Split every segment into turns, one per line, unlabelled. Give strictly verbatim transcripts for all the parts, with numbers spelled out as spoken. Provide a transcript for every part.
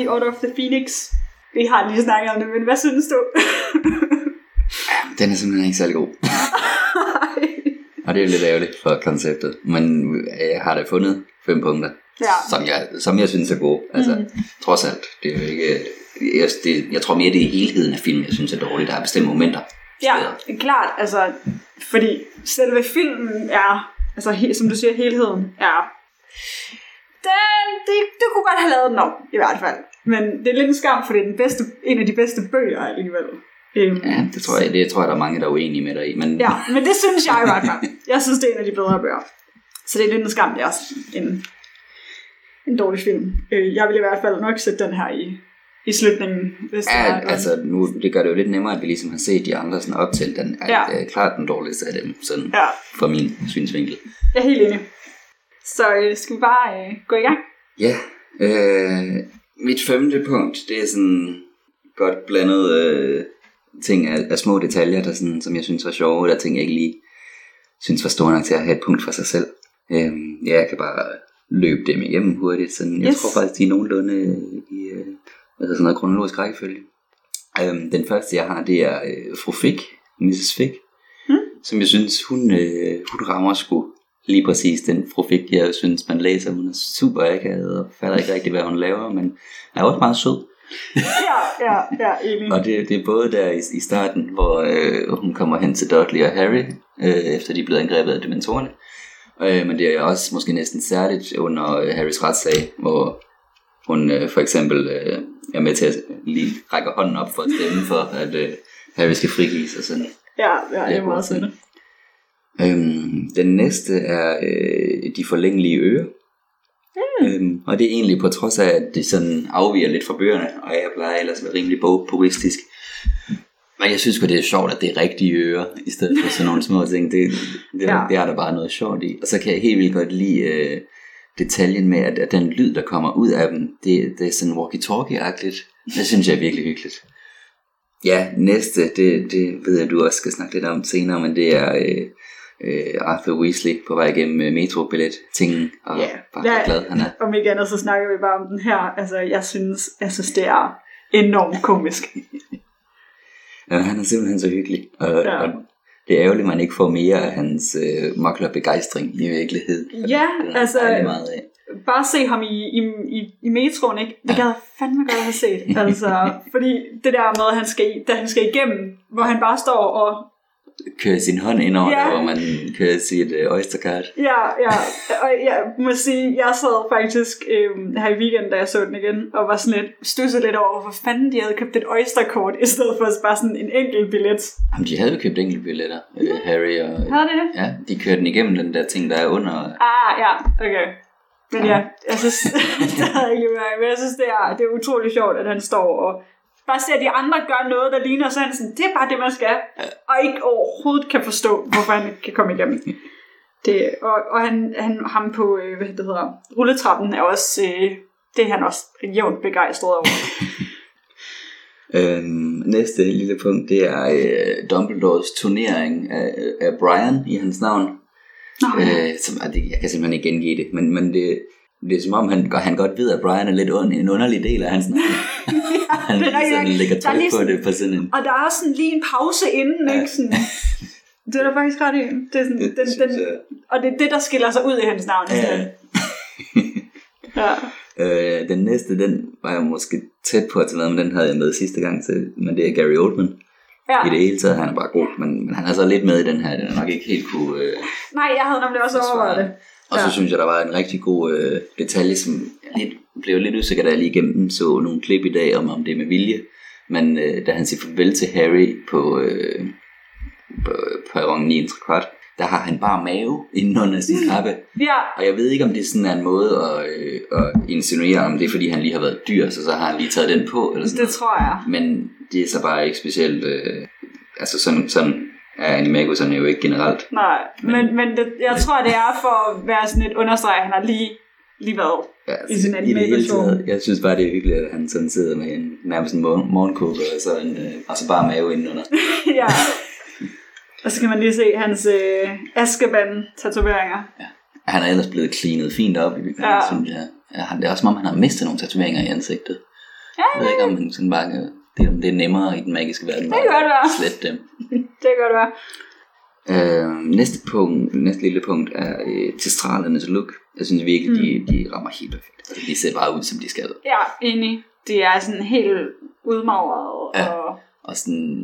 The Order of the Phoenix. Vi har lige snakket om det, men hvad synes du?
Ja, den er simpelthen ikke særlig god. Og det er jo lidt ærgerligt for konceptet. Men jeg har da fundet fem punkter,
ja.
som, jeg, som jeg synes er gode. Altså, mm. trods alt. Det er jo ikke... Jeg, det, jeg tror mere, det er helheden af filmen, jeg synes er dårligt. Der er bestemte momenter.
Ja, steder. Klart. Altså, fordi selve filmen er, altså, he, som du siger, helheden er... Den, det, du kunne godt have lavet den om, i hvert fald. Men det er lidt en skam, for det er den bedste, en af de bedste bøger alligevel. Um,
ja, det tror jeg, det tror jeg, der er mange, der er uenige med dig i. Men...
Ja, men det synes jeg i hvert fald. Jeg synes, det er en af de bedre bøger. Så det er lidt en skam, det er også en, en dårlig film. Jeg vil i hvert fald nok sætte den her i, i slutningen. Hvis
ja,
det er,
altså nu, det gør det jo lidt nemmere, at vi ligesom har set de andre sådan op til den. Ja. Det er klart den dårligste af dem, sådan ja. Fra min synsvinkel.
Jeg er helt enig. Så øh, skal vi bare øh, gå i gang?
Ja, øh, mit femte punkt, det er sådan godt blandet øh, ting af, af små detaljer, der sådan, som jeg synes var sjove, der ting jeg ikke lige synes var store nok til at have et punkt for sig selv. Øh, ja, jeg kan bare løbe dem igennem hurtigt, sådan, jeg yes. tror faktisk, de er nogenlunde i øh, altså sådan noget kronologisk rækkefølge. Øh, den første jeg har, det er øh, fru Fick, missus Fick, hmm? som jeg synes, hun, øh, hun rammer sgu lige præcis den fru Fick, jeg synes, man læser. Hun er super akavet og fatter ikke rigtig, hvad hun laver, men er også meget sød.
ja, ja, ja, enig.
Og det, det er både der i, i starten, hvor øh, hun kommer hen til Dudley og Harry, øh, efter de er blevet angrebet af dementorerne. Øh, men det er også måske næsten særligt under øh, Harrys retssag, hvor hun øh, for eksempel øh, er med til at lige række hånden op for at stemme for, at øh, Harry skal frigives og sådan.
Ja, ja, det er meget sødt.
Øhm, den næste er øh, de forlængelige ører. Mm. Øhm, og det er egentlig på trods af, at det sådan afviger lidt fra bøgerne, og jeg plejer ellers at være rimelig bogpuristisk. Men jeg synes godt det er sjovt, at det er rigtige ører, i stedet for sådan nogle små ting. Det, det, ja. det er der bare noget sjovt i. Og så kan jeg helt vildt godt lide øh, detaljen med, at, at den lyd, der kommer ud af dem, det, det er sådan walkie-talkie-agtigt. Det synes jeg er virkelig hyggeligt. Ja, næste, det, det ved jeg, du også skal snakke lidt om senere, men det er... Øh, Uh, Arthur Weasley på vej igennem uh, metrobillet-tingen, og yeah. bare ja, glad han er.
Om ikke andet, så snakker vi bare om den her. Altså, jeg synes, jeg synes det er enormt komisk.
Ja, han er simpelthen så hyggelig, og, ja. og det er ærgerligt, at man ikke får mere af hans uh, mokler-begejstring i virkeligheden.
Ja, altså, bare se ham i, i, i, i metroen, ikke? Det gad jeg fandme godt at have set. Altså, fordi det der med, at han skal, da han skal igennem, hvor han bare står og
kører sin hånd ind over, yeah. hvor man kører sit øh, Oystercard.
Ja, ja, og jeg må sige, jeg sad faktisk øh, her i weekenden, da jeg så den igen, og var sådan lidt stusset lidt over, hvor fanden de havde købt et Oysterkort, i stedet for bare sådan en enkelt billet. Jamen,
de havde jo købt enkelte billetter, øh, Harry og...
Havde det?
Ja, de kørte den igennem den der ting, der er under...
Ah, ja, okay. Men ja, ja jeg synes, det havde jeg ikke lige været, men jeg synes, det er, det er utroligt sjovt, at han står og... bare ser, at de andre gør noget, der ligner sådan, sådan, det er bare det, man skal, og ikke overhovedet kan forstå, hvorfor han kan komme igennem. Det, og og han, han, ham på, hvad det hedder, rulletrappen er også, øh, det er han også jævnt begejstret over.
øhm, næste lille punkt, det er øh, Dumbledores turnering af, af Brian i hans navn. Oh, ja. øh, som, jeg kan simpelthen ikke gengive det, men, men det, det er som om, han, han godt ved, at Brian er lidt un, en underlig del af hans navn. Han det er sådan, lægger tryk på sådan, det på sådan en...
Og der er sådan lige en pause inden, ja. Ikke? Sådan, det er der faktisk ret i. Det er sådan, det, den, den, og det er det, der skiller sig ud i hans navn. Ja. ja.
øh, den næste, den var jeg måske tæt på at tage med, men den havde jeg med sidste gang, så, men det er Gary Oldman. Ja. I det hele taget, han er bare god, men, men han er så lidt med i den her, den er nok ikke helt kunne... Øh,
Nej, jeg havde nemlig også overvejet det.
Og så ja. synes jeg, der var en rigtig god øh, detalje, som jeg lidt, blev lidt usikker, da jeg lige igennem så nogle klip i dag om, om det er med vilje. Men øh, da han siger farvel til Harry på, øh, på perron ni og kvart, der har han bare mave inden under sin kappe.
Ja.
Og jeg ved ikke, om det sådan er en måde at, øh, at insinuere, om det er, fordi han lige har været dyr, så så har han lige taget den på. Eller sådan
det noget. Tror jeg.
Men det er så bare ikke specielt... Øh, altså sådan... sådan ja, animaguserne er jo ikke generelt.
Nej, men, men, men det, jeg tror, det er for at være sådan et understreg, han har lige, lige været ja, altså, i sin animagusform.
Jeg synes bare, det er hyggeligt, at han sådan sidder med en nærmest en morgenkåbe, og så, en, øh, og så bare mave indenunder.
Ja, og så kan man lige se hans øh, Azkaban-tatoveringer.
Ja. Han er ellers blevet cleanet fint op i virkeligheden, ja. synes jeg. Ja, det er også som om, han har mistet nogle tatoveringer i ansigtet.
Ja,
jeg ved ikke, om man sådan bare kan, det, om det er nemmere i den magiske verden.
Det kan godt være.
Slet dem.
Det kan godt være.
Øh, næste punkt, næste lille punkt er øh, testralernes look. Jeg synes virkelig, mm. de, de rammer helt perfekt. Altså, de ser bare ud, som de skal.
Ja, enig. De er sådan helt udmagret.
Ja.
Og...
og sådan,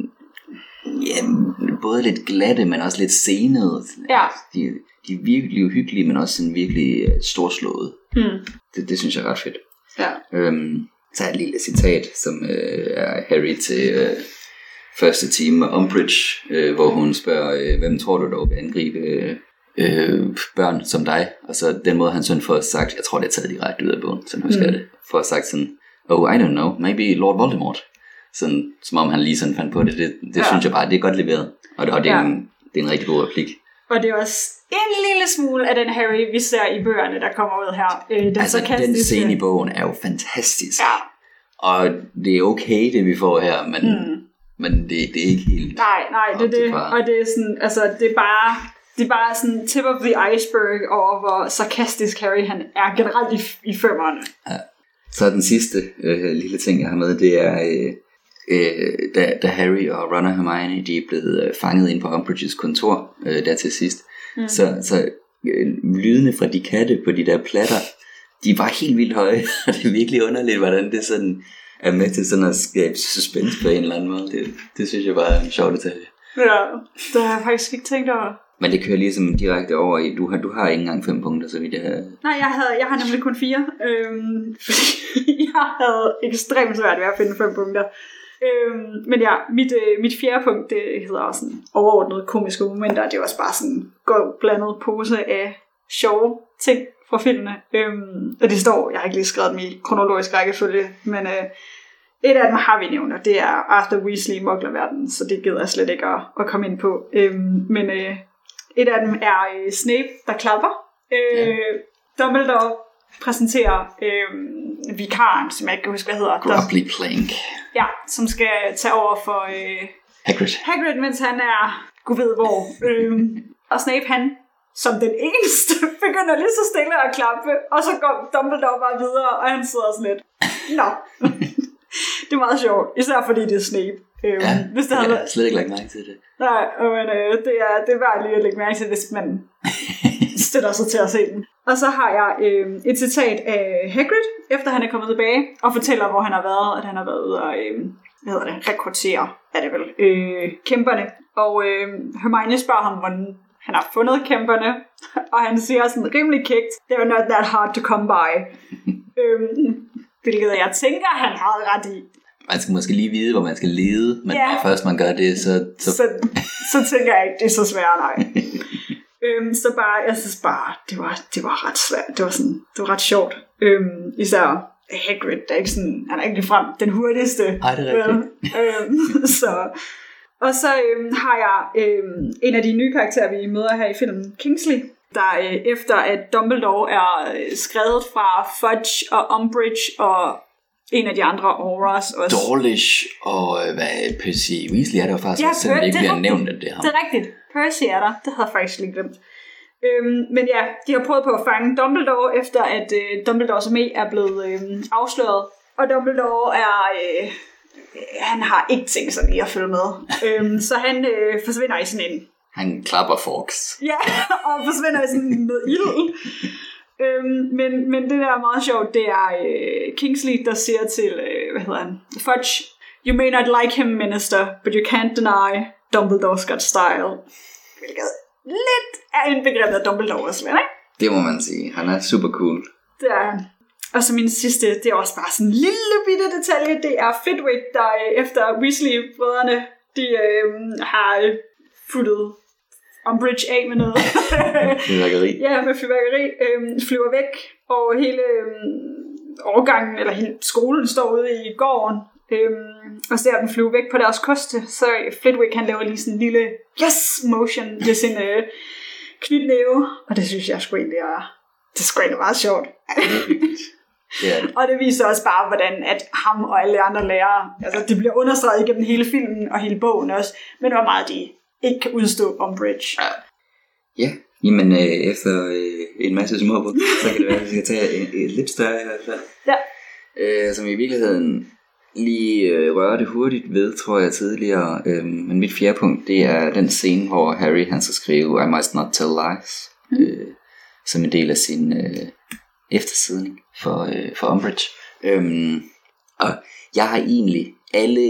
ja, både lidt glatte, men også lidt senede.
Ja.
De, de er virkelig uhyggelige, men også sådan virkelig uh, storslåede.
Mm.
Det, det synes jeg er ret fedt.
Ja.
Øhm, så er et lille citat, som øh, er Harry til øh, første time med Umbridge, øh, hvor hun spørger, øh, hvem tror du dog vil angribe øh, øh, børn som dig? Og så den måde, han sådan får sagt, jeg tror, det er taget direkte ud af bogen, sådan husker mm. jeg det, for at sagt sådan, oh, I don't know, maybe Lord Voldemort. Sådan, som om han lige sådan fandt på det. Det, det ja. synes jeg bare, det er godt leveret. Og, og det, er ja. en, det er en rigtig god replik.
Og det er også en lille smule af den Harry, vi ser i bøgerne, der kommer ud her. Øh, den
altså, den scene i bogen er jo fantastisk.
Ja.
Og det er okay, det vi får her, men, mm. men det, det er ikke helt...
Nej, nej, det er det. Og det er sådan, altså, det er bare... Det er bare sådan tip of the iceberg over, hvor sarkastisk Harry han er generelt i, i femmerne.
Ja. Så den sidste øh, lille ting, jeg har med, det er... Øh, Øh, da, da Harry og Ron og Hermione de er blevet øh, fanget ind på Umbridges kontor øh, der til sidst, mm. så, så øh, lydene fra de katte på de der platter, de var helt vildt høje, og det er virkelig underligt, hvordan det sådan er med til sådan at skabe suspense på en eller anden måde. Det, det synes jeg bare er en sjov detalje.
Ja, det har jeg faktisk ikke tænkt over.
Men det kører ligesom direkte over i, du har, du har ikke engang fem punkter, så vidt jeg har...
Nej, jeg, havde, jeg har nemlig kun fire, øhm, fordi jeg havde ekstremt svært ved at finde fem punkter. Øhm, men ja, mit, øh, mit fjerde punkt, det hedder også sådan overordnet komiske momenter. Det er også bare sådan en god blandet pose af sjove ting fra filmene. Øhm, og det står, jeg har ikke lige skrevet dem i kronologisk rækkefølge, men øh, et af dem har vi nævnt, og det er Arthur Weasley i Muglerverden, så det gider jeg slet ikke at, at komme ind på. Øhm, men øh, et af dem er øh, Snape, der klapper. Øh, ja. Dumbledore præsenterer øh, vikaren, som jeg ikke kan huske, hvad hedder.
Grubbly Plank.
Ja, som skal tage over for øh,
Hagrid.
Hagrid, mens han er, gud ved hvor. øh, og Snape, han som den eneste, begynder lige så stille at klappe, og så går Dumbledore bare videre, og han sidder sådan lidt. Nå. Det er meget sjovt, især fordi det er Snape. Øh,
ja,
hvis det
jeg har slet ikke lagt mærke til det.
Nej, men øh, det, er, det er værd lige at lægge mærke til, hvis man støtter sig til at se den. Og så har jeg øh, et citat af Hagrid, efter han er kommet tilbage, og fortæller, hvor han har været, at han har været ude og øh, hvad hedder det, rekruttere, er det vel, øh, kæmperne. Og øh, Hermione spørger ham, hvordan han har fundet kæmperne, og han siger sådan rimelig kægt, they're not that hard to come by. øh, hvilket jeg tænker, han har ret i.
Man skal måske lige vide, hvor man skal lede, men ja. Når først man gør det, så...
Så, så, så tænker jeg ikke, det er så svært, nej. øhm, så bare, jeg synes bare, det var, det var ret svært. Det var, sådan, det var ret sjovt. Øhm, især Hagrid, der er ikke sådan, han er ikke ligefrem den hurtigste.
Ej, det er rigtigt.
øhm, så, og så øhm, har jeg øhm, en af de nye karakterer, vi møder her i filmen, Kingsley, der øh, efter at Dumbledore er øh, skrevet fra Fudge og Umbridge og en af de andre Aurors også.
Dawlish og hvad, Percy Weasley er der faktisk, ja, selvom det ikke bliver nævnt, at det er ham.
Det er rigtigt. Percy er der. Det havde jeg faktisk lige glemt. Øhm, men ja, de har prøvet på at fange Dumbledore, efter at øh, Dumbledores armé er blevet øh, afsløret. Og Dumbledore er... Øh, han har ikke tænkt sig lige at følge med. øhm, så han øh, forsvinder i sådan en...
Han klapper forks.
Ja, og forsvinder i sådan noget ild. Øhm, men, men det der er meget sjovt, det er øh, Kingsley, der siger til, øh, hvad hedder han, Fudge, you may not like him, minister, but you can't deny Dumbledore's got style. Hvilket lidt er indbegrebet af Dumbledore også, ikke?
Det må man sige. Han er super cool.
Det er han. Og så min sidste, det er også bare sådan en lille bitte detalje, det er Flitwick, der øh, efter Weasley-brødrene, de øh, har øh, futtet Umbridge af med noget.
Fyrværkeri.
Ja, med fyrværkeri. Øhm, flyver væk, og hele øhm, årgangen, eller hele skolen står ude i gården, øhm, og ser den flyve væk på deres koste. Så Flitwick, han laver lige sådan en lille yes motion med sin øh, knytnæve, og det synes jeg sgu egentlig er, det er sgu egentlig meget sjovt.
Yeah.
Og det viser også bare, hvordan at ham og alle andre lærere, altså det bliver understreget igennem hele filmen og hele bogen også, men hvor meget de ikke kan udstå Umbridge.
Ja, ja. Jamen øh, efter øh, en masse små punkter, så kan det være, at vi skal tage et, et lidt større i hvert fald.
Ja.
Øh, som i virkeligheden lige øh, røre det hurtigt ved, tror jeg tidligere. Øhm, men mit fjerde punkt, det er den scene, hvor Harry han skal skrive I must not tell lies, mm. øh, som en del af sin øh, eftersidning for, øh, for Umbridge. Øhm, og jeg har egentlig alle,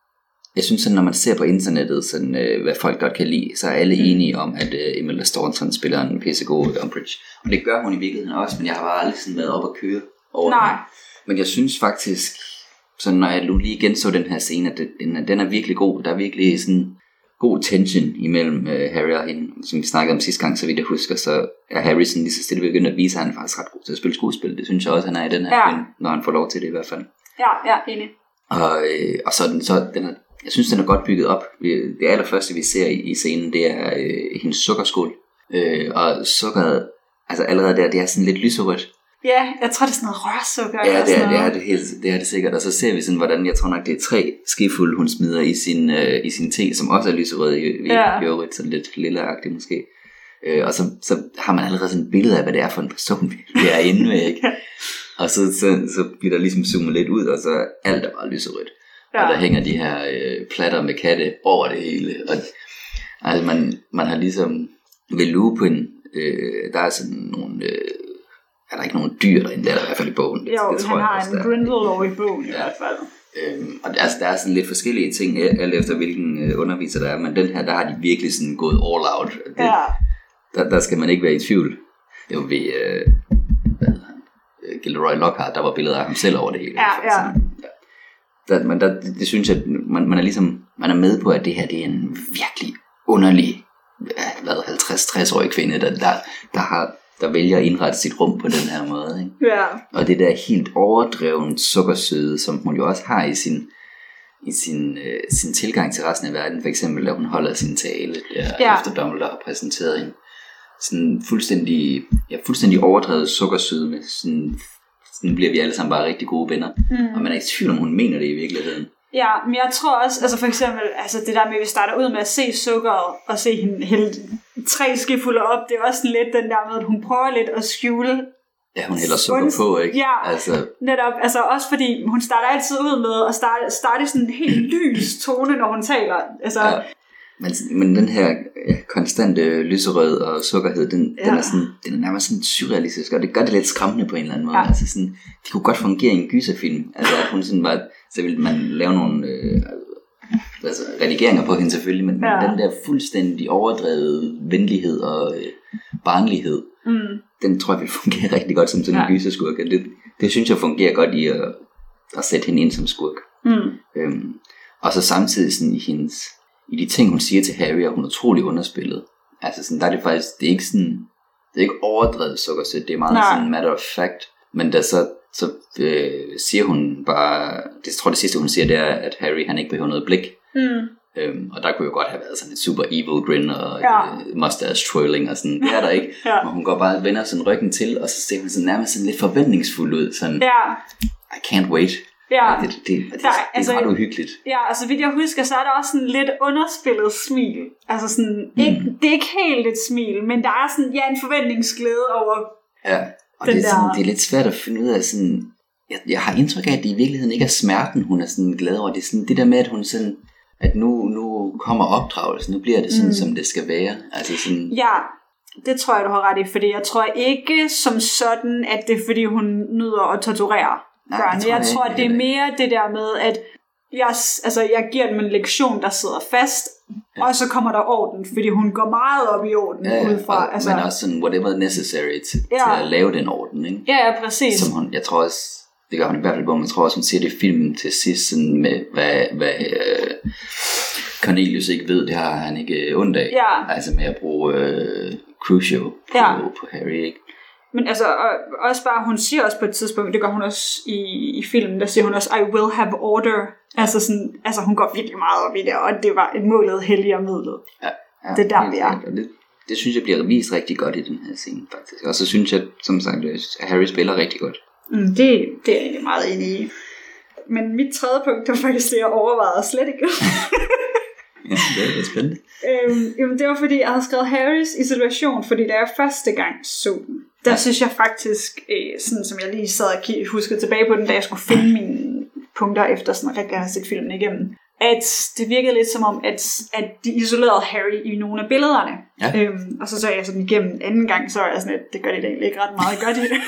jeg synes sådan, når man ser på internettet, sådan, øh, hvad folk godt kan lide, så er alle mm. enige om, at øh, Imelda Staunton spiller en pissegod Umbridge. Og det gør hun i virkeligheden også, men jeg har bare aldrig sådan været op at køre over
Nej.
den. Men jeg synes faktisk, så når jeg nu lige genså den her scene, at den, den er virkelig god. Der er virkelig sådan god tension imellem øh, Harry og hende. Som vi snakkede om sidste gang, så vidt jeg husker, så er Harry sådan lige så stille begyndt at vise, at han er faktisk ret god til at spille skuespil. Det synes jeg også, han er i den her
ja.
film, når han får lov til det i hvert fald.
Ja, ja, enig.
Og, øh, og så, den, så den er, jeg synes, den er godt bygget op. Det allerførste, vi ser i, i scenen, det er øh, hendes sukkerskål. Øh, og sukkeret, altså allerede der, det er sådan lidt lyserødt.
Ja, jeg tror, det er sådan noget rørsukker.
Ja, det er det, er det, helt, det er det sikkert. Og så ser vi sådan, hvordan, jeg tror nok, det er tre skefulde, hun smider i sin, øh, i sin te, som også er lyserød i, i ja. øvrigt, sådan lidt lilleagtigt måske. Øh, og så, så har man allerede sådan et billede af, hvad det er for en person, vi er inde med, ikke? Og så, så, så bliver der ligesom zoomet lidt ud, og så alt er bare lyserødt. Ja. Og der hænger de her øh, platter med katte over det hele. Og altså, man, man har ligesom ved Lupin, øh, der er sådan nogle... Øh, er der ikke nogen dyr derinde, der er der i hvert fald i bogen.
Jo, det, det han har en Grindelwald i bogen i ja. hvert fald.
Øhm, og altså, der er sådan lidt forskellige ting, alt efter hvilken øh, underviser der er, men den her, der har de virkelig sådan gået all out. Det,
ja.
der, der skal man ikke være i tvivl. Det var ved, øh, hvad hedder han, øh, Gilderoy Lockhart, der var billeder af ham selv over det hele.
Ja, ja.
Sådan, ja. Der, men der, det, det synes jeg, man, man er ligesom, man er med på, at det her, det er en virkelig underlig, hvad, halvtreds til tres-årig kvinde, der, der, der har... der vælger at indrette sit rum på den her måde, ikke?
Ja.
Og det der helt overdrevet sukkersøde, som hun jo også har i sin i sin, øh, sin tilgang til resten af verden, for eksempel at hun holder sin tale der, ja. efter Dumbledore har præsenteret hende, sådan fuldstændig, ja, fuldstændig overdrevet sukkersøde med sådan, sådan bliver vi alle sammen bare rigtig gode venner, mm. og man er ikke i tvivl om hun mener det i virkeligheden.
Ja, men jeg tror også, altså for eksempel, altså det der med, at vi starter ud med at se sukkeret, og se hende hælde tre skefulde op, det er også lidt den der med, at hun prøver lidt at skjule.
Ja, hun hælder sukker på, ikke?
Ja,
altså.
netop, altså også fordi, hun starter altid ud med at starte, starte sådan en helt lys tone, når hun taler, altså. Ja.
Men, men den her ja, konstante lyserød og sukkerhed, den, ja. den, er sådan, den er nærmest sådan surrealistisk, og det gør det lidt skræmmende på en eller anden måde. Ja. Altså sådan, det kunne godt fungere i en gyserfilm. Altså at hun sådan var, så ville man lave nogle øh, altså, redigeringer på hende selvfølgelig, men ja. den der fuldstændig overdrevet venlighed og øh, barnlighed, mm. den tror jeg vil fungere rigtig godt som sådan en ja. gyserskurk. Det, det synes jeg fungerer godt i at, at sætte hende ind som skurk. Mm. Øhm, og så samtidig sådan i hendes i de ting hun siger til Harry, er hun utrolig underspillet. Altså sådan, der er det faktisk, det er ikke sådan, det er ikke overdrevet sukkersødt, det er meget Nej. sådan matter of fact, men da så, så øh, siger hun bare, det tror det sidste hun siger, det er, at Harry han ikke behøver noget blik. Mm. Øhm, og der kunne jo godt have været sådan et super evil grin og ja. øh, mustache twirling og sådan, det er der ikke. Ja. Og hun går bare og vender sådan ryggen til, og så ser hun sådan nærmest sådan lidt forventningsfuld ud, sådan, ja. I can't wait. Ja, det, det, det, det, det er altså, ret uhyggeligt. Ja, altså vidt jeg husker, så er der også sådan lidt underspillet smil. Altså sådan, mm. ikke, det er ikke helt et smil, men der er sådan, ja, en forventningsglæde over. Ja, og det er, sådan, det er lidt svært at finde ud af sådan, jeg, jeg har indtryk af, at det i virkeligheden ikke er smerten, hun er sådan glad over. Det er sådan det der med, at hun sådan, at nu, nu kommer opdragelsen, nu bliver det sådan, mm. som det skal være. Altså sådan. Ja, det tror jeg, du har ret i, fordi jeg tror ikke som sådan, at det er fordi, hun nyder at torturere. Nej, jeg tror, jeg tror at det er mere det der med, at jeg, altså, jeg giver dem en lektion, der sidder fast, ja. Og så kommer der orden, fordi hun går meget op i orden ja, udefra. Og, altså, men også sådan, whatever necessary til, ja. til at lave den orden, ikke?
Ja, ja, præcis.
Som hun, jeg tror også, det gør hun i hvert fald, hvor man tror også, hun siger det i filmen til sidst, sådan med, hvad, hvad uh, Cornelius ikke ved, det har han ikke ondt af. Ja. Altså med at bruge uh, Crucio på, ja. på Harry, ikke?
Men altså, og, også bare, hun siger også på et tidspunkt, det gør hun også i, i filmen, der siger hun også, I will have order. Altså sådan, altså hun går virkelig meget op i det, og det var et målet helligere midlet. Ja, ja, det er der, vi er.
Det, det synes jeg bliver vist rigtig godt i den her scene, faktisk. Og så synes jeg, som sagt, at Harry spiller rigtig godt.
Mm, det, det er jeg egentlig meget enig i. Men mit tredje punkt, der faktisk det, jeg overvejede slet ikke.
Ja, det er spændende.
øhm, jamen, det var fordi, jeg havde skrevet Harrys i situation, fordi da jeg første gang så den, der ja. synes jeg faktisk, øh, sådan som jeg lige sad og huskede tilbage på den, da jeg skulle finde min punkter, efter sådan rigtig har set filmen igennem, at det virkede lidt som om, at, at de isolerede Harry i nogle af billederne. Ja. Øhm, og så så jeg sådan igennem anden gang, så er jeg sådan, at det gør det egentlig ikke ret meget godt i det.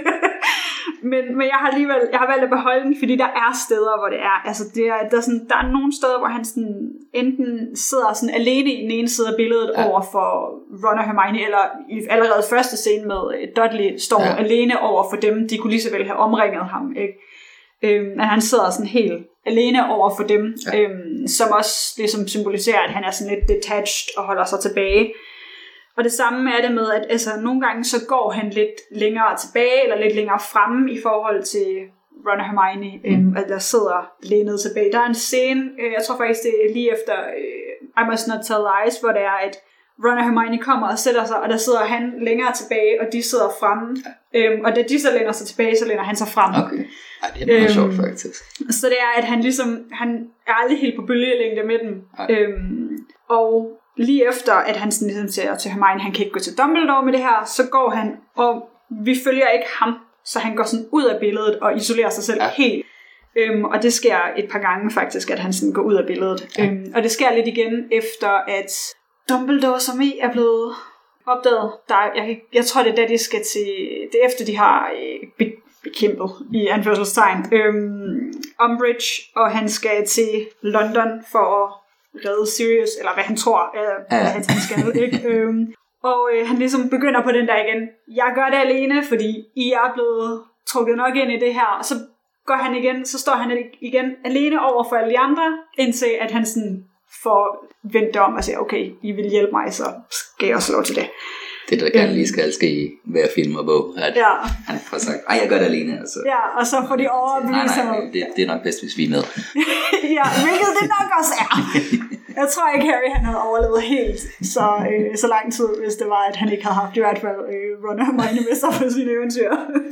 men, men jeg har alligevel jeg har valgt at beholde den, fordi der er steder, hvor det er. Altså, det er, der, er sådan, der er nogle steder, hvor han sådan, enten sidder sådan alene i den ene side af billedet ja. over for Ron og Hermione, eller i allerede første scene med Dudley står ja. alene over for dem. De kunne lige så vel have omringet ham, ikke? Øhm, at han sidder sådan helt alene over for dem, ja. øhm, som også ligesom symboliserer, at han er sådan lidt detached og holder sig tilbage. Og det samme er det med, at altså, nogle gange så går han lidt længere tilbage, eller lidt længere fremme i forhold til Ron og Hermione, øhm, mm. at der sidder lænet tilbage. Der er en scene, øh, jeg tror faktisk det er lige efter øh, I Must Not Tell Lies, hvor det er, at Ron og Hermione kommer og sætter sig, og der sidder han længere tilbage, og de sidder fremme. Ja. Øhm, og da de så læner sig tilbage, så læner han sig frem.
Okay. Ej, det er meget øhm, sjovt faktisk.
Så det er, at han ligesom, han er aldrig helt på bølgelængde med dem. Øhm, og lige efter, at han sådan ligesom siger til Hermione, han kan ikke gå til Dumbledore med det her, så går han, og vi følger ikke ham, så han går sådan ud af billedet og isolerer sig selv ja. helt. Øhm, og det sker et par gange faktisk, at han sådan går ud af billedet. Ja. Øhm, og det sker lidt igen efter, at Dumbledore som I er blevet opdaget. Der, jeg, jeg tror, det er da de skal til, det er efter, de har øh, be, bekæmpet i anførselstegn øhm, Umbridge, og han skal til London for at redde Sirius, eller hvad han tror, øh, ja. hvad han skal, ikke? øhm, og øh, han ligesom begynder på den der igen. Jeg gør det alene, fordi I er blevet trukket nok ind i det her, og så går han igen, så står han igen alene over for alle de andre, indtil at han sådan får vendt om og siger, okay, I vil hjælpe mig, så skal jeg også lov til det.
Det der gerne lige skal ske i hver film og bog, at ja. han får sagt, ej, jeg gør det alene. Altså.
Ja, og så får de overbevist
ham. Nej, nej, det, det er nok bedst, hvis vi er med.
Ja, hvilket det nok også er. Jeg tror ikke, Harry han havde overlevet helt så, øh, så lang tid, hvis det var, at han ikke havde haft i hvert fald øh, Ron og Hermione med sig på sine eventyr.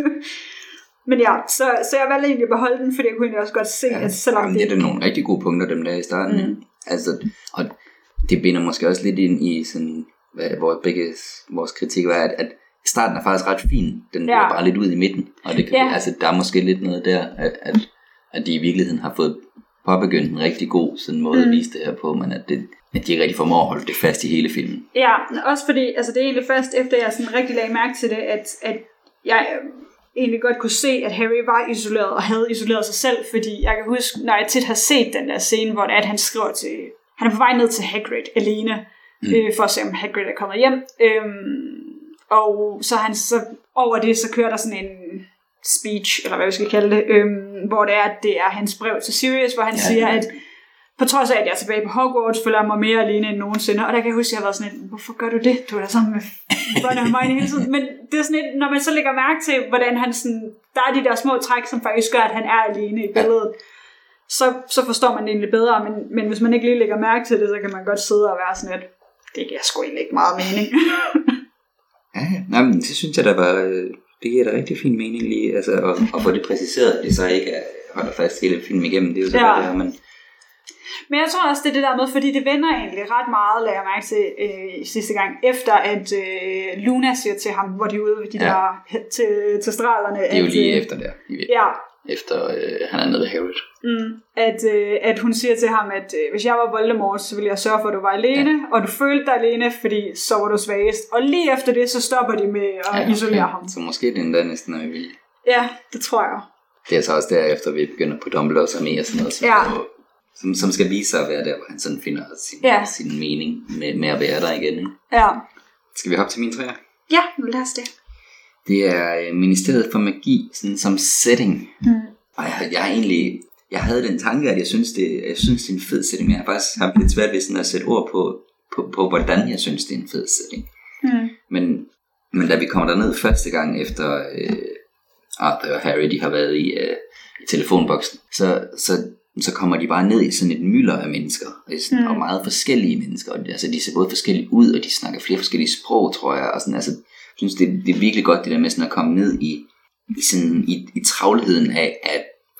Men ja, så, så jeg valgte egentlig at beholde den, fordi jeg kunne egentlig også godt se, ja, at selvom
jamen, det... det er nogle rigtig gode punkter, dem der i starten. Mm. Altså, og det binder måske også lidt ind i sådan, hvad, hvor begge vores kritik var, at, at starten er faktisk ret fin. Den ja. er bare lidt ud i midten. Og det kan, ja. altså, der er måske lidt noget der, at, at, at de i virkeligheden har fået påbegyndt en rigtig god sådan måde mm. at vise det her på, men at, det, at de rigtig formår at holde det fast i hele filmen.
Ja, også fordi altså, det er egentlig først efter, jeg sådan rigtig lagde mærke til det, at, at jeg egentlig godt kunne se, at Harry var isoleret og havde isoleret sig selv, fordi jeg kan huske, når jeg tit har set den der scene, hvor det er, at han skriver til, han er på vej ned til Hagrid alene, mm. øh, for at se om Hagrid er kommet hjem, øhm, og så han så over det, så kører der sådan en speech, eller hvad vi skal kalde det, øhm, hvor det er, at det er hans brev til Sirius, hvor han ja, siger, at på trods af, at jeg er tilbage på Hogwarts, føler jeg mig mere alene end nogensinde. Og der kan jeg huske, at jeg har været sådan lidt, hvorfor gør du det? Du er da sammen med Ron og Hermione hele tiden. Men det er sådan lidt, når man så lægger mærke til, hvordan han sådan, der er de der små træk, som faktisk gør, at han er alene i billedet, så, så forstår man det egentlig bedre. Men, men hvis man ikke lige lægger mærke til det, så kan man godt sidde og være sådan lidt, det giver sgu egentlig ikke meget mening.
Ja, nej, men det synes jeg, der var, det giver da rigtig fin mening lige, altså at, at få det præciseret, at det så ikke er, holder fast hele filmen igennem, det er jo så ja. det her, men
Men jeg tror også, det er det der med, fordi det vender egentlig ret meget, lader jeg mærke til øh, sidste gang, efter at øh, Luna siger til ham, hvor de er ude ved de ja. der til, til stralerne.
Det er jo
at,
lige øh, efter der.
Ja.
Efter øh, han er nede ved Hagrid.
Mm, at, øh, at hun siger til ham, at øh, hvis jeg var Voldemort, så ville jeg sørge for, at du var alene, ja. og du følte dig alene, fordi så var du svagest. Og lige efter det, så stopper de med at ja, isolere okay. ham.
Så måske det endda næsten er vildt.
Ja, det tror jeg.
Det er så også derefter, vi begynder på Dumbledore's armé og sådan noget. Så
ja.
På, Som, som skal vise sig at være der, hvor han sådan finder sin, ja. sin mening med, med at være der igen. Ikke?
Ja.
Skal vi hoppe til mine træer?
Ja, lad os det.
Det er Ministeriet for Magi sådan, som setting. Mm. Og jeg, jeg har egentlig, jeg havde den tanke, at jeg synes, det, jeg synes, det er en fed setting. Jeg har faktisk haft lidt svært ved sådan at sætte ord på, på, på, hvordan jeg synes, det er en fed setting. Mm. Men, men da vi kommer derned første gang efter øh, Arthur og Harry, de har været i, øh, i telefonboksen, så, så så kommer de bare ned i sådan et mylder af mennesker, mm. og meget forskellige mennesker, altså de ser både forskellige ud, og de snakker flere forskellige sprog, tror jeg, og sådan, altså, jeg synes, det, det er virkelig godt, det der med sådan at komme ned i, i, sådan, i, i travlheden af, at,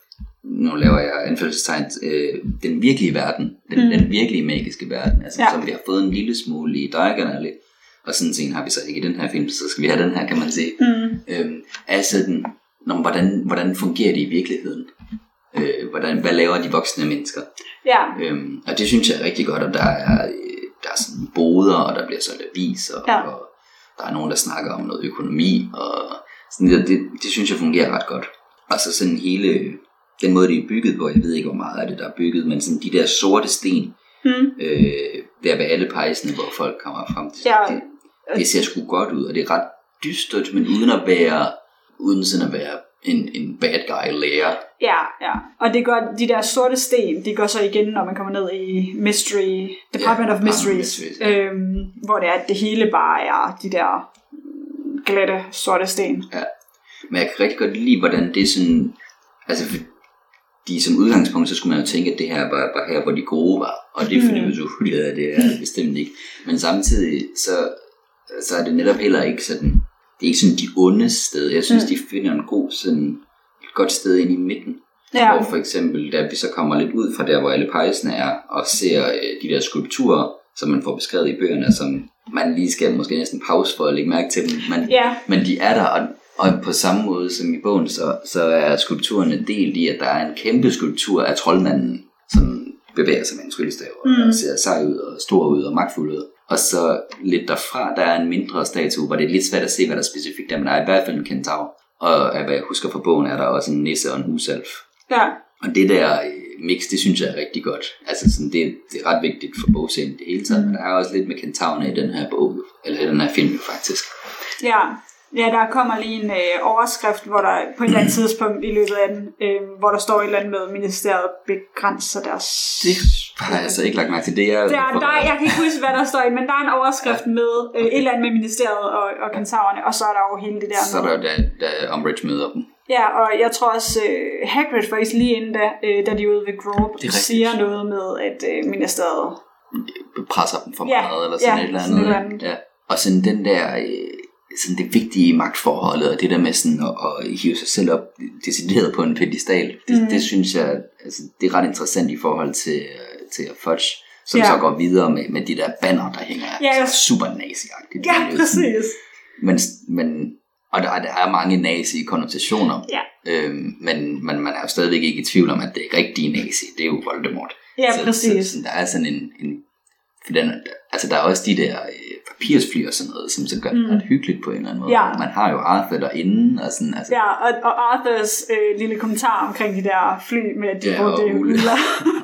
nu laver jeg anførselstegn, øh, den virkelige verden, den, mm. den virkelige magiske verden, altså, ja. som vi har fået en lille smule i Diagon, og sådan en har vi så ikke i den her film, så skal vi have den her, kan man sige. Mm. Øhm, altså, den, når, hvordan, hvordan fungerer det i virkeligheden? Øh, hvordan, hvad laver de voksne mennesker?
Ja.
Øhm, og det synes jeg er rigtig godt, og der er, der er sådan boder, og der bliver solgt aviser,
ja.
og der er nogen, der snakker om noget økonomi, og sådan det, det, det synes jeg fungerer ret godt. Og så sådan hele, den måde det er bygget på, jeg ved ikke, hvor meget af det, der er bygget, men sådan de der sorte sten, mm. øh, der ved alle pejsene, hvor folk kommer frem til, ja. det, det ser sgu godt ud, og det er ret dystert, men uden at være, uden sådan at være en, en bad guy lærer.
Ja, ja. Og det gør, de der sorte sten, de går så igen, når man kommer ned i Mystery, Department ja, of Mysteries, Mysteries ja. øhm, hvor det er, at det hele bare er de der glatte sorte sten.
Ja, men jeg kan rigtig godt lide, hvordan det er sådan, altså fordi som udgangspunkt, så skulle man jo tænke, at det her var bare her, hvor de gode var, og det finder vi så hurtigt af, det er det bestemt ikke. Men samtidig, så, så er det netop heller ikke sådan, det er ikke sådan de onde steder. Jeg synes, mm. de finder en god sådan, et godt sted inde i midten. Ja. Hvor for eksempel, da vi så kommer lidt ud fra der, hvor alle pejsene er, og ser øh, de der skulpturer, som man får beskrevet i bøgerne, som man lige skal måske næsten pause for at lægge mærke til dem. Men, yeah. men de er der, og, og på samme måde som i bogen, så, så er skulpturerne delt i, at der er en kæmpe skulptur af troldmanden, som bevæger sig med en tryllestav, mm. og ser sej ud, og stor ud, og magtfuld ud. Og så lidt derfra, der er en mindre statue, hvor det er lidt svært at se, hvad der er specifikt er, men der er i hvert fald en kentaur. Og hvad jeg husker fra bogen, er der også en nisse og en husalf.
Ja.
Og det der mix, det synes jeg er rigtig godt. Altså sådan, det, det er ret vigtigt for bogserien det hele taget. Mm. Men der er også lidt med kentaurerne i den her bog, eller i den her film faktisk.
Ja. Ja, der kommer lige en øh, overskrift, hvor der på et eller andet tidspunkt i løbet af den, øh, hvor der står et eller andet med, ministeriet begrænser deres...
Det har jeg altså ikke lagt mærke til. Det er,
der, der, jeg kan ikke huske, hvad der står i, men der er en overskrift ja. med øh, et eller andet med ministeriet og, og kentaurerne, og så er der jo hele det der
med... Så er der da, da Umbridge møder dem.
Ja, og jeg tror også, øh, Hagrid faktisk lige inden da, øh, da de er ude ved Grove, siger noget med, at øh, ministeriet...
presser dem for meget, ja, eller sådan, ja, et, eller andet. sådan et eller andet. Ja. Og sådan den der... Øh, sådan det vigtige magtforholdet, og det der med sådan at, at hive sig selv op decideret på en pedestal, det, mm. det synes jeg, altså, det er ret interessant i forhold til, til Fudge, som ja. så går videre med, med de der banner, der hænger
ja,
altså, super nazi-agtigt.
Ja, præcis.
Men, men, og der, der er mange nazi-konnotationer,
ja.
øhm, men, men man er jo stadigvæk ikke i tvivl om, at det er rigtige nazi, det er jo Voldemort.
Ja,
så,
præcis.
Så, så der er sådan en, en for den, altså der er også de der øh, papirsfly og sådan noget, som så gør det mm. ret hyggeligt på en eller anden måde.
Ja.
Man har jo Arthur derinde og sådan. Altså.
Ja, og, og Arthurs øh, lille kommentar omkring de der fly med, at de ja, brugte uler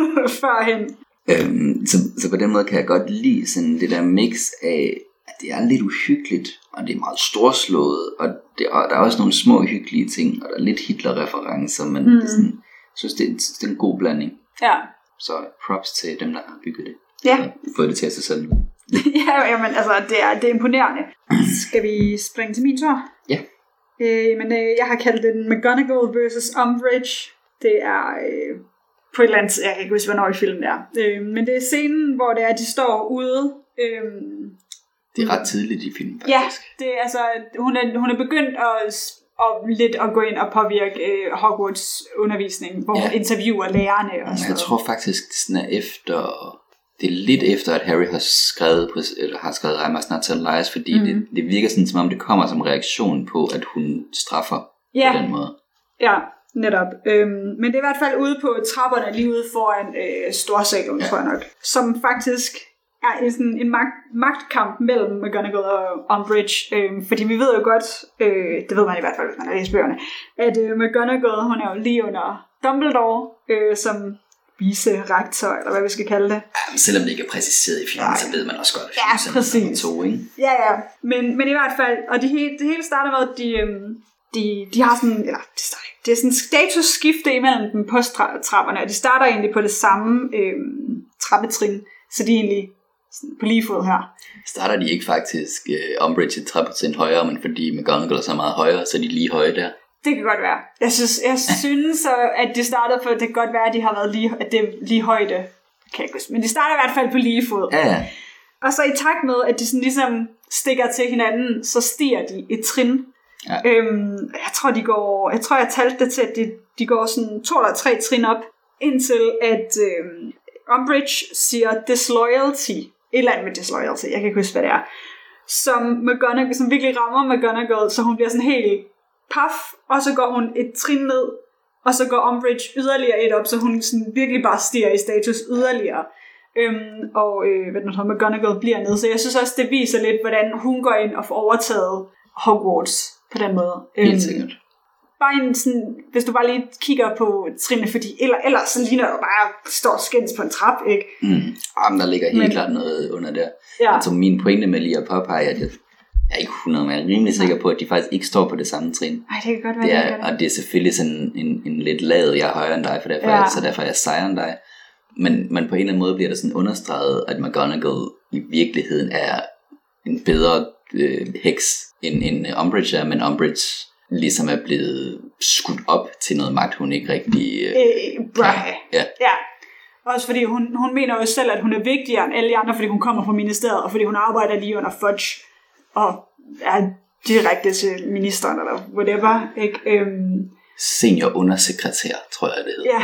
førhen.
Øhm, så, så på den måde kan jeg godt lide sådan det der mix af, at det er lidt uhyggeligt, og det er meget storslået, og, det, og der er også nogle små hyggelige ting, og der er lidt Hitler-referencer, men mm. det er sådan, jeg synes, det er, det er en god blanding.
Ja.
Så props til dem, der har bygget det.
Ja.
Og fået det til at se sådan.
ja, jamen, altså, det er, det er imponerende. Skal vi springe til min tur?
Ja.
Øh, men øh, jeg har kaldt den McGonagall versus Umbridge. Det er øh, på et eller andet, jeg kan ikke huske, hvornår i filmen det er. Øh, men det er scenen, hvor det er, de står ude. Øh,
det er ret tidligt i filmen, faktisk.
Ja, det er, altså, hun er, hun er begyndt at, at, lidt at gå ind og påvirke øh, Hogwarts undervisning, hvor ja. hun interviewer lærerne. Og
jeg tror faktisk, det er efter... Det er lidt efter, at Harry har skrevet, eller har skrevet I must not tell lies, fordi mm. det, det virker sådan, som om det kommer som reaktion på, at hun straffer
ja.
på den måde.
Ja, netop. Øhm, men det er i hvert fald ude på trapperne, lige ude foran øh, Storsalen, ja. tror jeg nok. Som faktisk er sådan en magt, magtkamp mellem McGonagall og Umbridge. Øhm, fordi vi ved jo godt, øh, det ved man i hvert fald, hvis man har læst bøgerne, at øh, McGonagall, hun er jo lige under Dumbledore, øh, som... vice-rektor, eller hvad vi skal kalde det.
Ja, selvom det ikke er præciseret i filmen, så ved man også godt, at
ja, præcis.
To, ikke?
Ja, ja. Men, men i hvert fald, og det hele, det hele starter med, at de, de, de har sådan, eller det, starter, det er sådan en statusskifte imellem dem på trapperne, og de starter egentlig på det samme øhm, trappetrin, så de er egentlig sådan på lige fod her.
Starter de ikke faktisk uh, Umbridge et tre procent højere, men fordi McGonagall er så meget højere, så er de lige høje der?
Det kan godt være. Jeg synes, jeg synes så, at det startede for, det kan godt være, at de har været lige, at det er lige højde. Kan jeg ikke huske. Men de starter i hvert fald på lige fod.
Ja, ja.
Og så i takt med, at de sådan ligesom stikker til hinanden, så stiger de et trin. Ja. Øhm, jeg tror, de går, jeg tror, jeg talte det til, at de, de går sådan to eller tre trin op, indtil at øhm, Umbridge siger disloyalty. Et eller andet med disloyalty. Jeg kan ikke huske, hvad det er. Som McGonagall, som virkelig rammer McGonagall, så hun bliver sådan helt paf, og så går hun et trin ned Og så går Umbridge yderligere et op, så hun sådan virkelig bare stiger i status yderligere. Øhm, og øh, hvad den hedder, McGonagall bliver nede. Så jeg synes også, det viser lidt, hvordan hun går ind og får overtaget Hogwarts på den måde.
Helt
øhm,
sikkert.
Bare en sådan, hvis du bare lige kigger på trinene, fordi eller, ellers så ligner det bare står skændes på en trap, ikke?
Mm. Jamen, der ligger helt
Men,
klart noget under der.
Ja.
Altså min pointe med lige at påpege, at jeg, jeg er ikke hundrede, men jeg er rimelig sikker på, at de faktisk ikke står på det samme trin.
Ej, det kan godt være,
det er,
det er
og det er selvfølgelig sådan en, en lidt lavet, jeg er højere end dig, for derfor,
ja.
jeg, så derfor er jeg sejere end dig. Men, men på en eller anden måde bliver der sådan understreget, at McGonagall i virkeligheden er en bedre øh, heks end, end Umbridge er, men Umbridge ligesom er blevet skudt op til noget magt, hun ikke rigtig øh,
øh, kan.
Ja.
ja. Også fordi hun, hun mener jo selv, at hun er vigtigere end alle de andre, fordi hun kommer fra ministeriet, og fordi hun arbejder lige under Fudge, og er direkte til ministeren, eller whatever, ikke? Øhm...
Senior undersekretær, tror jeg, det hedder.
Ja.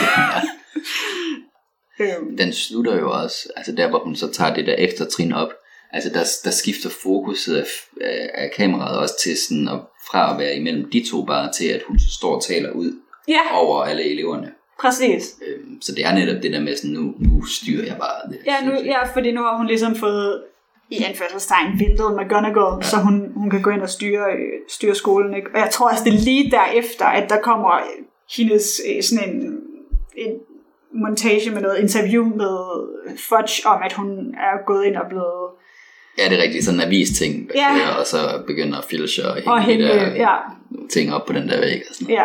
ja. Den slutter jo også, altså der, hvor hun så tager det der ekstra trin op, altså der, der skifter fokuset af, af, af kameraet også til sådan, at, fra at være imellem de to bare, til at hun så står og taler ud
ja.
over alle eleverne.
Præcis.
Øhm, så det er netop det der med sådan, nu, nu styrer jeg bare det.
Ja, nu, ja, fordi nu har hun ligesom fået i anførselstegn væltet McGonagall, ja. Så hun, hun kan gå ind og styre, styre skolen, ikke? Og jeg tror også, det er lige derefter, at der kommer hendes sådan en, en montage med noget interview med Fudge om, at hun er gået ind og blevet...
Ja, det er rigtigt. Sådan en avis-ting, der
ja.
kører, og så begynder Filcher at hænge,
og hænge
de der
ja.
ting op på den der væg. Og sådan
ja.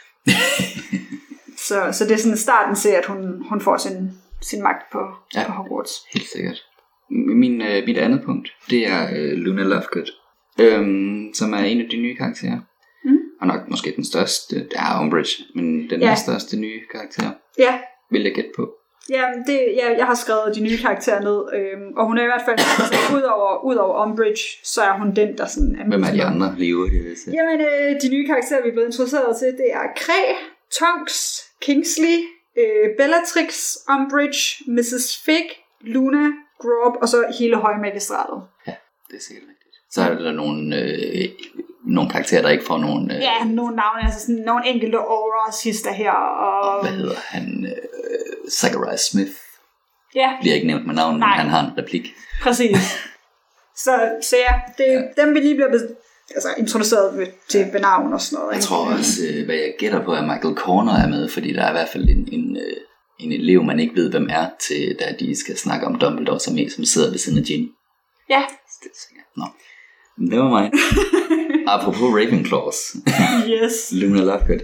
så, så det er sådan starten til, at hun, hun får sin, sin magt på,
ja,
på Hogwarts.
Helt sikkert. Min, øh, mit andet punkt, det er øh, Luna Lovegood, øhm, som er en af de nye karakterer. Mm. Og nok måske den største, det er Umbridge, men den ja. største nye karakter.
Ja.
Vil jeg gætte på?
Ja, det, ja, jeg har skrevet de nye karakterer ned, øhm, og hun er i hvert fald, altså, ud over, ud over Umbridge, så er hun den, der sådan er...
Hvem er de andre lige ude, det vil sige?
Jamen, øh, de nye karakterer, vi er blevet introduceret til, det er Kræ, Tonks, Kingsley, øh, Bellatrix, Umbridge, missus Fig, Luna, Grob, og så hele højmagistratet.
Ja, det er sikkert rigtigt. Så er der nogle, øh, nogle karakterer, der ikke får nogen... Øh...
Ja, nogle navne, altså sådan nogle enkelte auras hister her, og...
Hvad hedder han? Øh, Zachariah Smith.
Ja.
Bliver ikke nævnt med navn, men han har en replik.
Præcis. så, så ja, det, ja, dem vi lige bliver altså, introduceret ved, til ved navn og sådan noget.
Jeg ikke? tror også, øh, hvad jeg gætter på, at Michael Corner er med, fordi der er i hvert fald en... en øh, en elev, man ikke ved, hvem er, til da de skal snakke om Dumbledore, som en, som sidder ved siden af Ginny.
Ja.
Nå. Never mind. Apropos Ravenclaws.
Yes.
Luna Lovegood.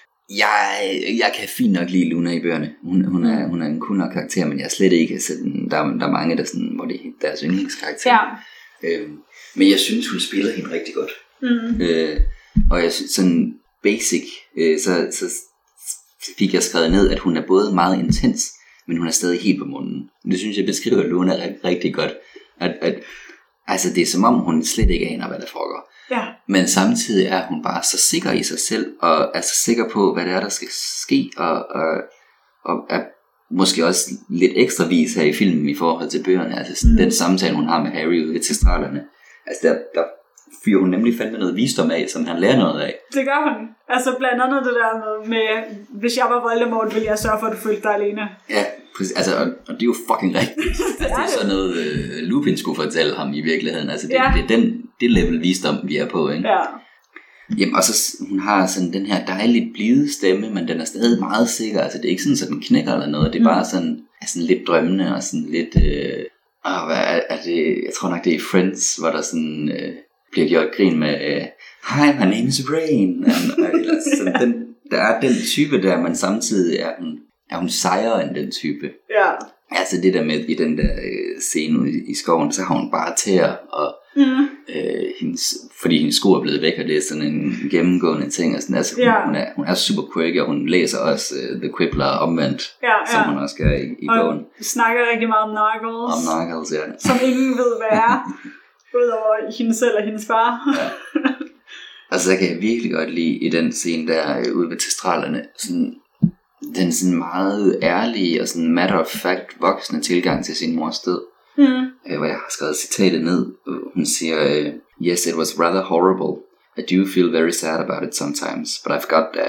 Jeg, jeg kan fint nok lide Luna i bøgerne. Hun, hun, er, hun er en cool nok karakter, men jeg er slet ikke sådan, der, der er mange, der sådan, hvor det er deres yndlingskarakter.
Ja.
Øhm, men jeg synes, hun spiller hende rigtig godt.
Mm.
Øh, og jeg synes, sådan basic, øh, så, så fik jeg skrevet ned, at hun er både meget intens, men hun er stadig helt på munden. Det synes jeg beskriver Luna rigtig, rigtig godt. At, at, altså det er som om, hun slet ikke aner, hvad der foregår.
Ja.
Men samtidig er hun bare så sikker i sig selv, og er så sikker på, hvad det er, der skal ske, og, og, og er måske også lidt ekstra vis her i filmen i forhold til bøgerne. Altså sådan, mm. den samtale, hun har med Harry ude ved teatralerne. Altså der, der fyrer hun nemlig fandme noget visdom af, som han lærer noget af.
Det gør hun. Altså blandt andet det der med, med hvis jeg var Voldemort, ville jeg sørge for, at du følte dig alene.
Ja, præcis. Altså, og, og det er jo fucking rigtigt. det, altså, det er sådan noget, uh, Lupin skulle fortælle ham i virkeligheden. Altså, det, ja. det er den, det level visdom, vi er på, ikke?
Ja.
Jamen, og så hun har sådan den her dejligt blide stemme, men den er stadig meget sikker. Altså, det er ikke sådan, at den knækker eller noget. Det er mm. bare sådan, sådan lidt drømmende og sådan lidt... Øh, åh, hvad er, er det? Jeg tror nok, det er i Friends, hvor der sådan... Øh, bliver gjort grin med uh, Hi, my name is Rain. Så den, der er den type der, men samtidig er hun, er hun sejere end den type.
Ja.
Altså det der med i den der uh, scene i, i skoven, så har hun bare tæer, og mm. uh, hendes, fordi hendes sko er blevet væk, og det er sådan en gennemgående ting. Og sådan, altså, hun, ja. hun, er, hun er super quirky, og hun læser også uh, The Quibbler omvendt, ja, ja. Som hun også gør i, i
og
bogen.
Snakker rigtig meget om Nuggles.
Om Nuggles, ja.
Som ingen ved, hvad er. Udover hende selv og hendes far.
Ja. Altså, jeg kan virkelig godt lide i den scene der øh, ude ved teatralerne, sådan, den sådan meget ærlige og sådan matter of fact voksne tilgang til sin mors død. Mm. Øh, hvor jeg har skrevet citatet ned. Hun siger, øh, yes, it was rather horrible. I do feel very sad about it sometimes, but I've got that.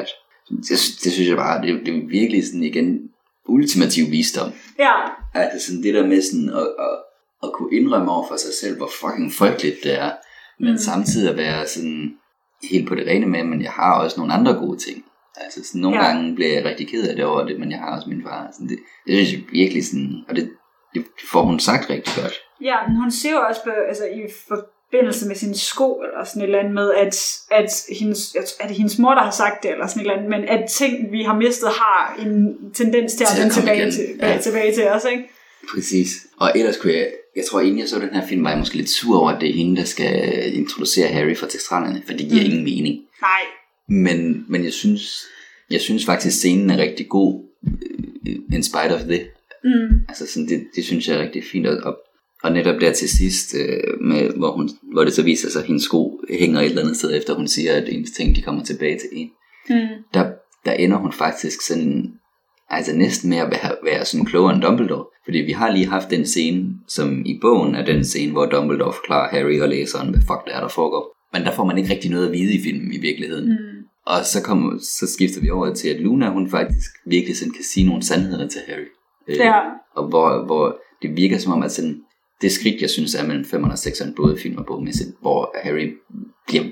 det, det synes jeg bare, det, det er virkelig sådan igen ultimativ visdom.
Ja.
Altså sådan det der med sådan at, at, at kunne indrømme over for sig selv, hvor fucking frygteligt det er, men mm. samtidig at være sådan helt på det rene med, men jeg har også nogle andre gode ting. Altså sådan nogle ja. gange bliver jeg rigtig ked af det over det, men jeg har også min far. Sådan det, det synes jeg virkelig sådan, og det, det får hun sagt rigtig godt.
Ja, men hun siger jo også på, altså i forbindelse med sine sko, eller sådan et eller andet med, at, at hendes, er det hendes mor, der har sagt det, eller sådan et eller andet, men at ting, vi har mistet, har en tendens til at vende tilbage, til, ja. tilbage til os, ikke?
Præcis. Og ellers kunne jeg, jeg tror inden jeg så den her film, var jeg måske lidt sur over, at det er hende, der skal introducere Harry for Textralerne, for det giver mm. ingen mening.
Nej.
Men, men jeg synes, jeg synes faktisk, scenen er rigtig god, in spite of det. Mm. Altså sådan, det, det synes jeg er rigtig fint, og, og netop der til sidst, øh, med, hvor, hun, hvor det så viser sig, at hendes sko hænger et eller andet sted, efter hun siger, at ens ting, de kommer tilbage til en. Mm. Der, der ender hun faktisk sådan, altså næsten med at være, være sådan klogere end Dumbledore. Fordi vi har lige haft den scene, som i bogen er den scene, hvor Dumbledore forklarer Harry og læseren, hvad fuck det er, der foregår. Men der får man ikke rigtig noget at vide i filmen i virkeligheden. Mm. Og så, kommer, så skifter vi over til, at Luna, hun faktisk virkelig sådan kan sige nogle sandheder til Harry.
Ja.
Øh, og hvor, hvor det virker som om, at sådan, det skridt, jeg synes er mellem femeren og sekseren, både film og bogmæssigt, hvor Harry bliver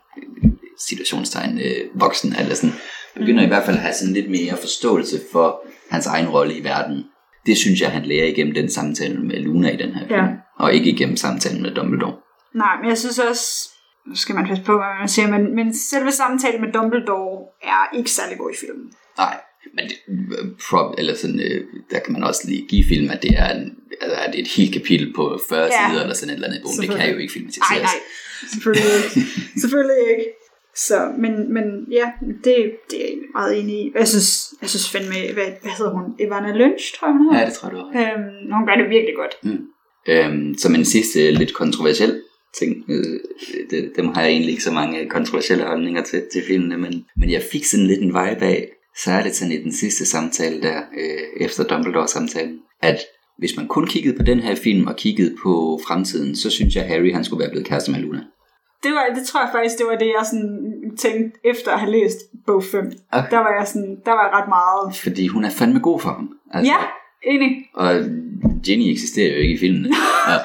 situationstegn øh, voksen, eller sådan, begynder mm. i hvert fald at have sådan lidt mere forståelse for hans egen rolle i verden. Det synes jeg, han lærer igennem den samtale med Luna i den her film, ja. Og ikke igennem samtalen med Dumbledore.
Nej, men jeg synes også, nu skal man passe på, hvad man siger, men, men selve samtalen med Dumbledore er ikke særlig god i filmen.
Nej, men det, prop, eller sådan, øh, der kan man også lige give film, at det er, en, altså, at det er et helt kapitel på fyrre ja. sider, eller sådan et eller andet bogen. Det kan jo ikke filmatiseres. Nej, nej, selvfølgelig ikke. selvfølgelig ikke. Så, men, men ja, det, det er jeg egentlig meget enig i. Jeg synes, jeg synes fandme, hvad, hvad hedder hun? Ivana Lynch, tror jeg hun hedder. Ja, det tror du også.
Øhm, hun gør det virkelig godt.
Mm. Øhm, som en sidste lidt kontroversiel ting, øh, det, dem har jeg egentlig ikke så mange kontroversielle holdninger til, til filmene, men, men jeg fik sådan lidt en vibe af, særligt sådan i den sidste samtale der, øh, efter Dumbledore-samtalen, at hvis man kun kiggede på den her film og kiggede på fremtiden, så synes jeg, at Harry han skulle være blevet kæreste med Luna.
Det, var, det tror jeg faktisk, det var det, jeg sådan tænkte efter at have læst bog fem. Okay. Der var jeg sådan, der var jeg ret meget.
Fordi hun er fandme god for ham. Altså,
ja, enig.
Og Ginny eksisterer jo ikke i filmen. og,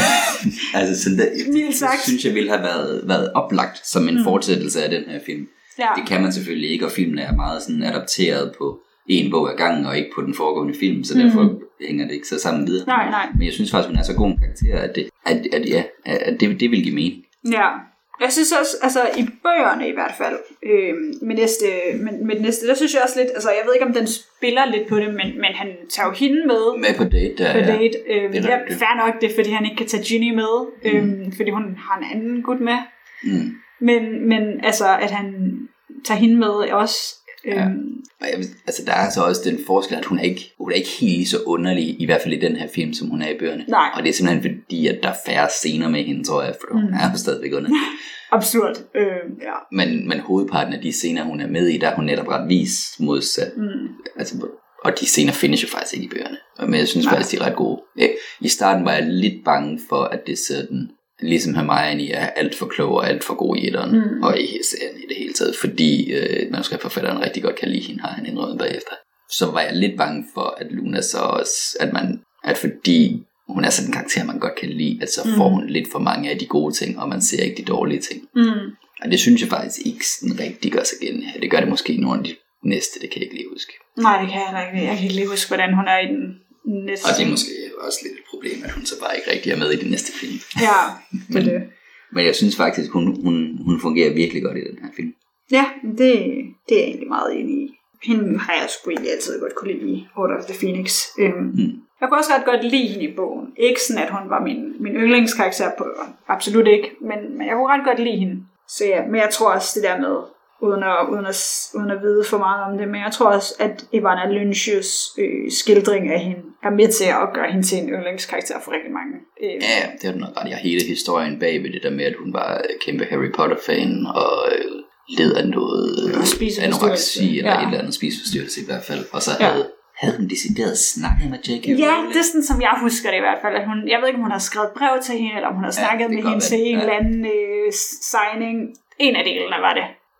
altså sådan der, det, det synes jeg ville have været, været oplagt som en mm. fortsættelse af den her film. Ja. Det kan man selvfølgelig ikke, og filmen er meget sådan adapteret på en bog ad gangen, og ikke på den foregående film, så derfor mm. hænger det ikke så sammen videre.
Nej, nej.
Men jeg synes faktisk, hun er så god en karakter, at det, at, at, ja, at det, det vil give mening.
Ja, jeg synes også, altså i bøgerne i hvert fald, øh, med, næste, med, med det næste, der synes jeg også lidt, altså jeg ved ikke, om den spiller lidt på det, men, men han tager jo hende med.
Med på date, der,
på date.
Ja.
Øh, det er ja, fair nok det, fordi han ikke kan tage Ginny med, øh, mm. fordi hun har en anden gut med. Mm. Men, men altså, at han tager hende med også.
Ja. Og jeg, altså der er så også den forskel, at hun er ikke hun er ikke helt lige så underlig, i hvert fald i den her film, som hun er i bøgerne.
Nej.
Og det er simpelthen fordi, at der er færre scener med hende, tror jeg, for mm. hun er jo stadigvæk underlig.
Absurd. Øh, ja.
Men, men hovedparten af de scener, hun er med i, der er hun netop ret vis modsat. Mm. Altså, og de scener findes jo faktisk ikke i bøgerne. Men jeg synes Nej. faktisk, de er ret gode. I starten var jeg lidt bange for, at det sådan, ligesom Hermione er alt for klog og alt for god i etteren, mm. og i serien i det hele taget, fordi øh, manuskriptforfatteren rigtig godt kan lide hende, har han indrømmet bagefter. Så var jeg lidt bange for, at Luna så også, at man, at fordi hun er sådan en karakter, man godt kan lide, at så mm. får hun lidt for mange af de gode ting, og man ser ikke de dårlige ting. Mm. Og det synes jeg faktisk ikke sådan rigtig gør sig igen her. Det gør det måske i nogle af de næste, det kan jeg ikke lige huske.
Nej, det kan jeg ikke. Jeg kan ikke lige huske, hvordan hun er i den næste.
Og det er måske også lidt et problem, at hun så bare ikke rigtig er med i den næste film.
Ja, det er det.
Men jeg synes faktisk, hun, hun, hun fungerer virkelig godt i den her film.
Ja, det, det er jeg egentlig meget enig i. Hende har jeg sgu egentlig altid godt kunne lide i Order of the Phoenix. Øhm, mm. Jeg kunne også ret godt lide hende i bogen. Ikke sådan, at hun var min, min yndlingskarakter på, absolut ikke, men, men jeg kunne ret godt lide hende. Så ja, men jeg tror også det der med, uden at, uden at, uden at vide for meget om det, men jeg tror også, at Ivana Lynch's øh, skildring af hende er med til at gøre hende til en yndlingskarakter for rigtig mange. Øh,
ja, det er noget ret. Jeg har hele historien bag ved det der med, at hun var kæmpe Harry Potter-fan, og øh, led af noget anoreksi, eller ja. et eller andet spiseforstyrrelse i hvert fald, og så havde ja. Havde hun decideret snakket med J K Rowling?
Ja, det er sådan, som jeg husker det i hvert fald. At hun, jeg ved ikke, om hun har skrevet brev til hende, eller om hun har snakket ja, med hende til en ja. eller anden øh, signing. En af delene var det.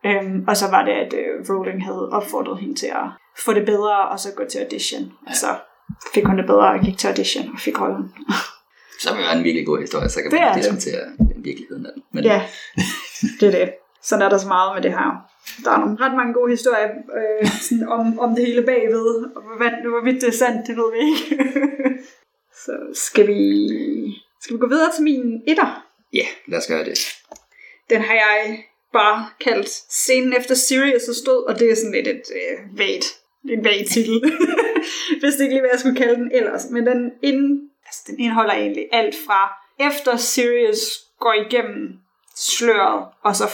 Øhm, og så var det, at øh, Rowling havde opfordret hende til at få det bedre, og så gå til audition. Ja. Og så fik hun det bedre og gik til audition og fik rollen.
Så vil det være en virkelig god historie, så kan man diskutere det. Virkeligheden af den. Men...
Ja, det er det. Sådan er der så meget med det her. Der er nogle ret mange gode historier øh, sådan om, om det hele bagved, og hvorvidt det er sandt, det ved vi ikke. Så skal vi, skal vi gå videre til min etter?
Ja, lad os gøre det.
Den har jeg bare kaldt Scenen efter Sirius er stod, og det er sådan lidt et øh, vagt, en vag titel. Hvis det ikke lige hvad jeg skulle kalde den ellers. Men den, ind, altså, den indeholder egentlig alt fra efter Sirius går igennem sløret, og så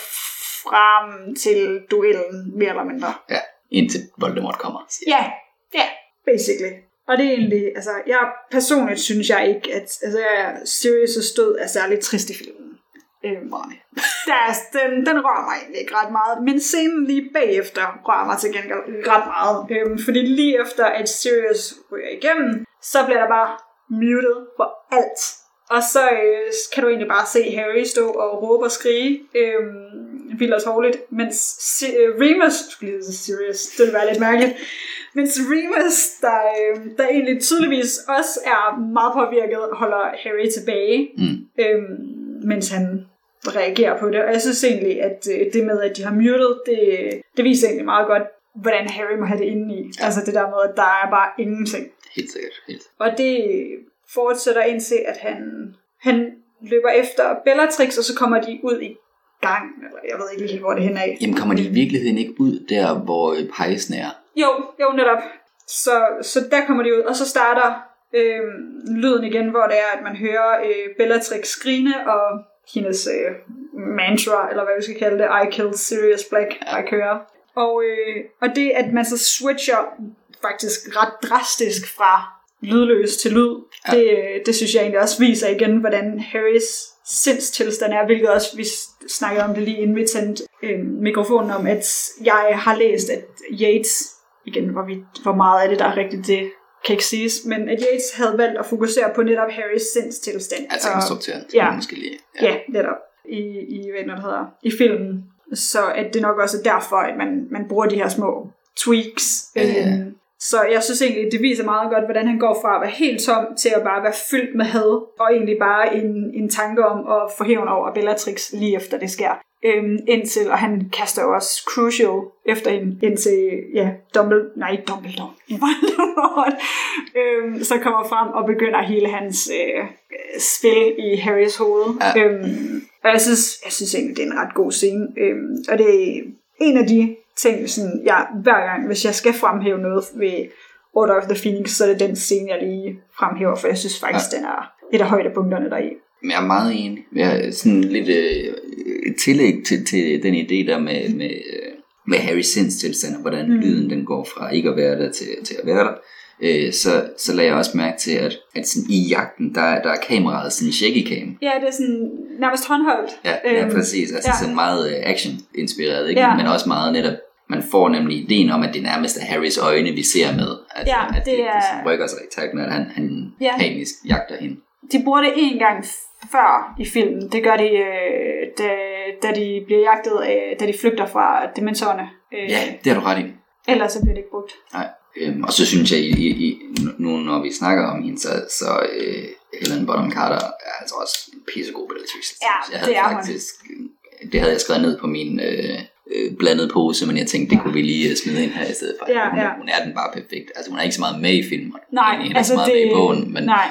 frem til duellen, mere eller mindre.
Ja, indtil Voldemort kommer.
Ja, ja, basically. Og det er egentlig, altså, jeg personligt synes jeg ikke, at altså, Sirius' død er særligt trist i filmen. Øhm, der, den, den rører mig egentlig ikke ret meget, men scenen lige bagefter rører mig til gengæld ret meget. Øhm, fordi lige efter, at Sirius ryger igennem, så bliver der bare muted for alt. Og så øh, kan du egentlig bare se Harry stå og råbe og skrige, øh, vildt og tårligt, mens C- øh, Remus, skulle lige sige Sirius, det ville være lidt mærkeligt, mens Remus, der, øh, der egentlig tydeligvis også er meget påvirket, holder Harry tilbage, mm. øh, mens han reagerer på det. Og jeg synes egentlig, at øh, det med, at de har muted, det, det viser egentlig meget godt, hvordan Harry må have det indeni. Ja. Altså det der med, at der er bare ingenting.
Helt sikkert, helt.
Og det fortsætter indtil, at han, han løber efter Bellatrix, og så kommer de ud i gang. Eller jeg ved ikke helt, hvor det hen af.
Jamen kommer de i virkeligheden ikke ud der, hvor pejsen er?
Jo, jo netop. Så, så der kommer de ud, og så starter øh, lyden igen, hvor det er, at man hører øh, Bellatrix skrine, og hendes øh, mantra, eller hvad vi skal kalde det, I killed Sirius Black, der kører. Og, øh, og det, at man så switcher faktisk ret drastisk fra lydløs til lyd, ja. det, det synes jeg egentlig også viser igen, hvordan Harrys sindstilstand er, hvilket også, vi snakkede om det lige inden vi tændte øh, mikrofonen om, at jeg har læst, at Yates, igen, hvor, vi, hvor meget af det, der er rigtigt, det kan ikke siges, men at Yates havde valgt at fokusere på netop Harrys sindstilstand.
Altså instruktøren,
ja,
måske lige.
Ja, ja netop, i, i, hvad det hedder, i filmen. Så at det nok også er derfor, at man, man bruger de her små tweaks.
Ja.
Øh, Så jeg synes egentlig, det viser meget godt, hvordan han går fra at være helt tom til at bare være fyldt med had, og egentlig bare en, en tanke om at få hævn over Bellatrix lige efter det sker. Øhm, indtil, og han kaster jo også Crucial efter hende, indtil, ja, Dumbledore, nej, ikke Dumbledore, Voldemort, øhm, så kommer frem og begynder hele hans øh, spil i Harrys hoved. Ja. Øhm, og jeg synes, jeg synes egentlig, det er en ret god scene. Øhm, og det er en af de ting, sådan, ja, hver gang, hvis jeg skal fremhæve noget ved Order of the Phoenix, så er det den scene, jeg lige fremhæver, for jeg synes faktisk, ja. Den er et af højdepunkterne deri.
Jeg er meget enig. Jeg er sådan lidt øh, tillæg til, til den idé der med, med, med Harrys sindstilstand, og hvordan mm. lyden den går fra ikke at være der til, til at være der. Øh, så, så lagde jeg også mærke til, at, at sådan i jagten, der, der er kameraet sådan shaky cam.
Ja, det er sådan nærmest håndholdt.
Ja, ja øhm, præcis. Altså ja. Sådan meget action-inspireret, ikke? Ja. Men også meget netop, man får nemlig ideen om, at det nærmest er Harrys øjne, vi ser med. Altså,
ja,
at det,
det, er...
det rykker sig i takt med, at han, han ja. panisk jagter hende.
De bruger det en gang før i filmen. Det gør de, øh, da, da de bliver jagtet, øh, da de flygter fra dementorerne. Øh,
ja, det har du ret i.
Ellers så bliver det ikke brugt.
Nej. Øhm, og så synes jeg, i, i, nu når vi snakker om hende, så, så øh, Helen Bonham Carter er altså også en pissegod Bellatrix.
Ja,
jeg havde
det er
faktisk, hun. Det havde jeg skrevet ned på min øh, øh, blandede pose, men jeg tænkte, det kunne vi lige smide ind her i stedet for.
Ja,
hun,
ja.
hun er den bare perfekt. Altså hun er ikke så meget med i filmen.
Nej,
hun er
altså
ikke så meget
det...
med i bogen. Men...
Nej.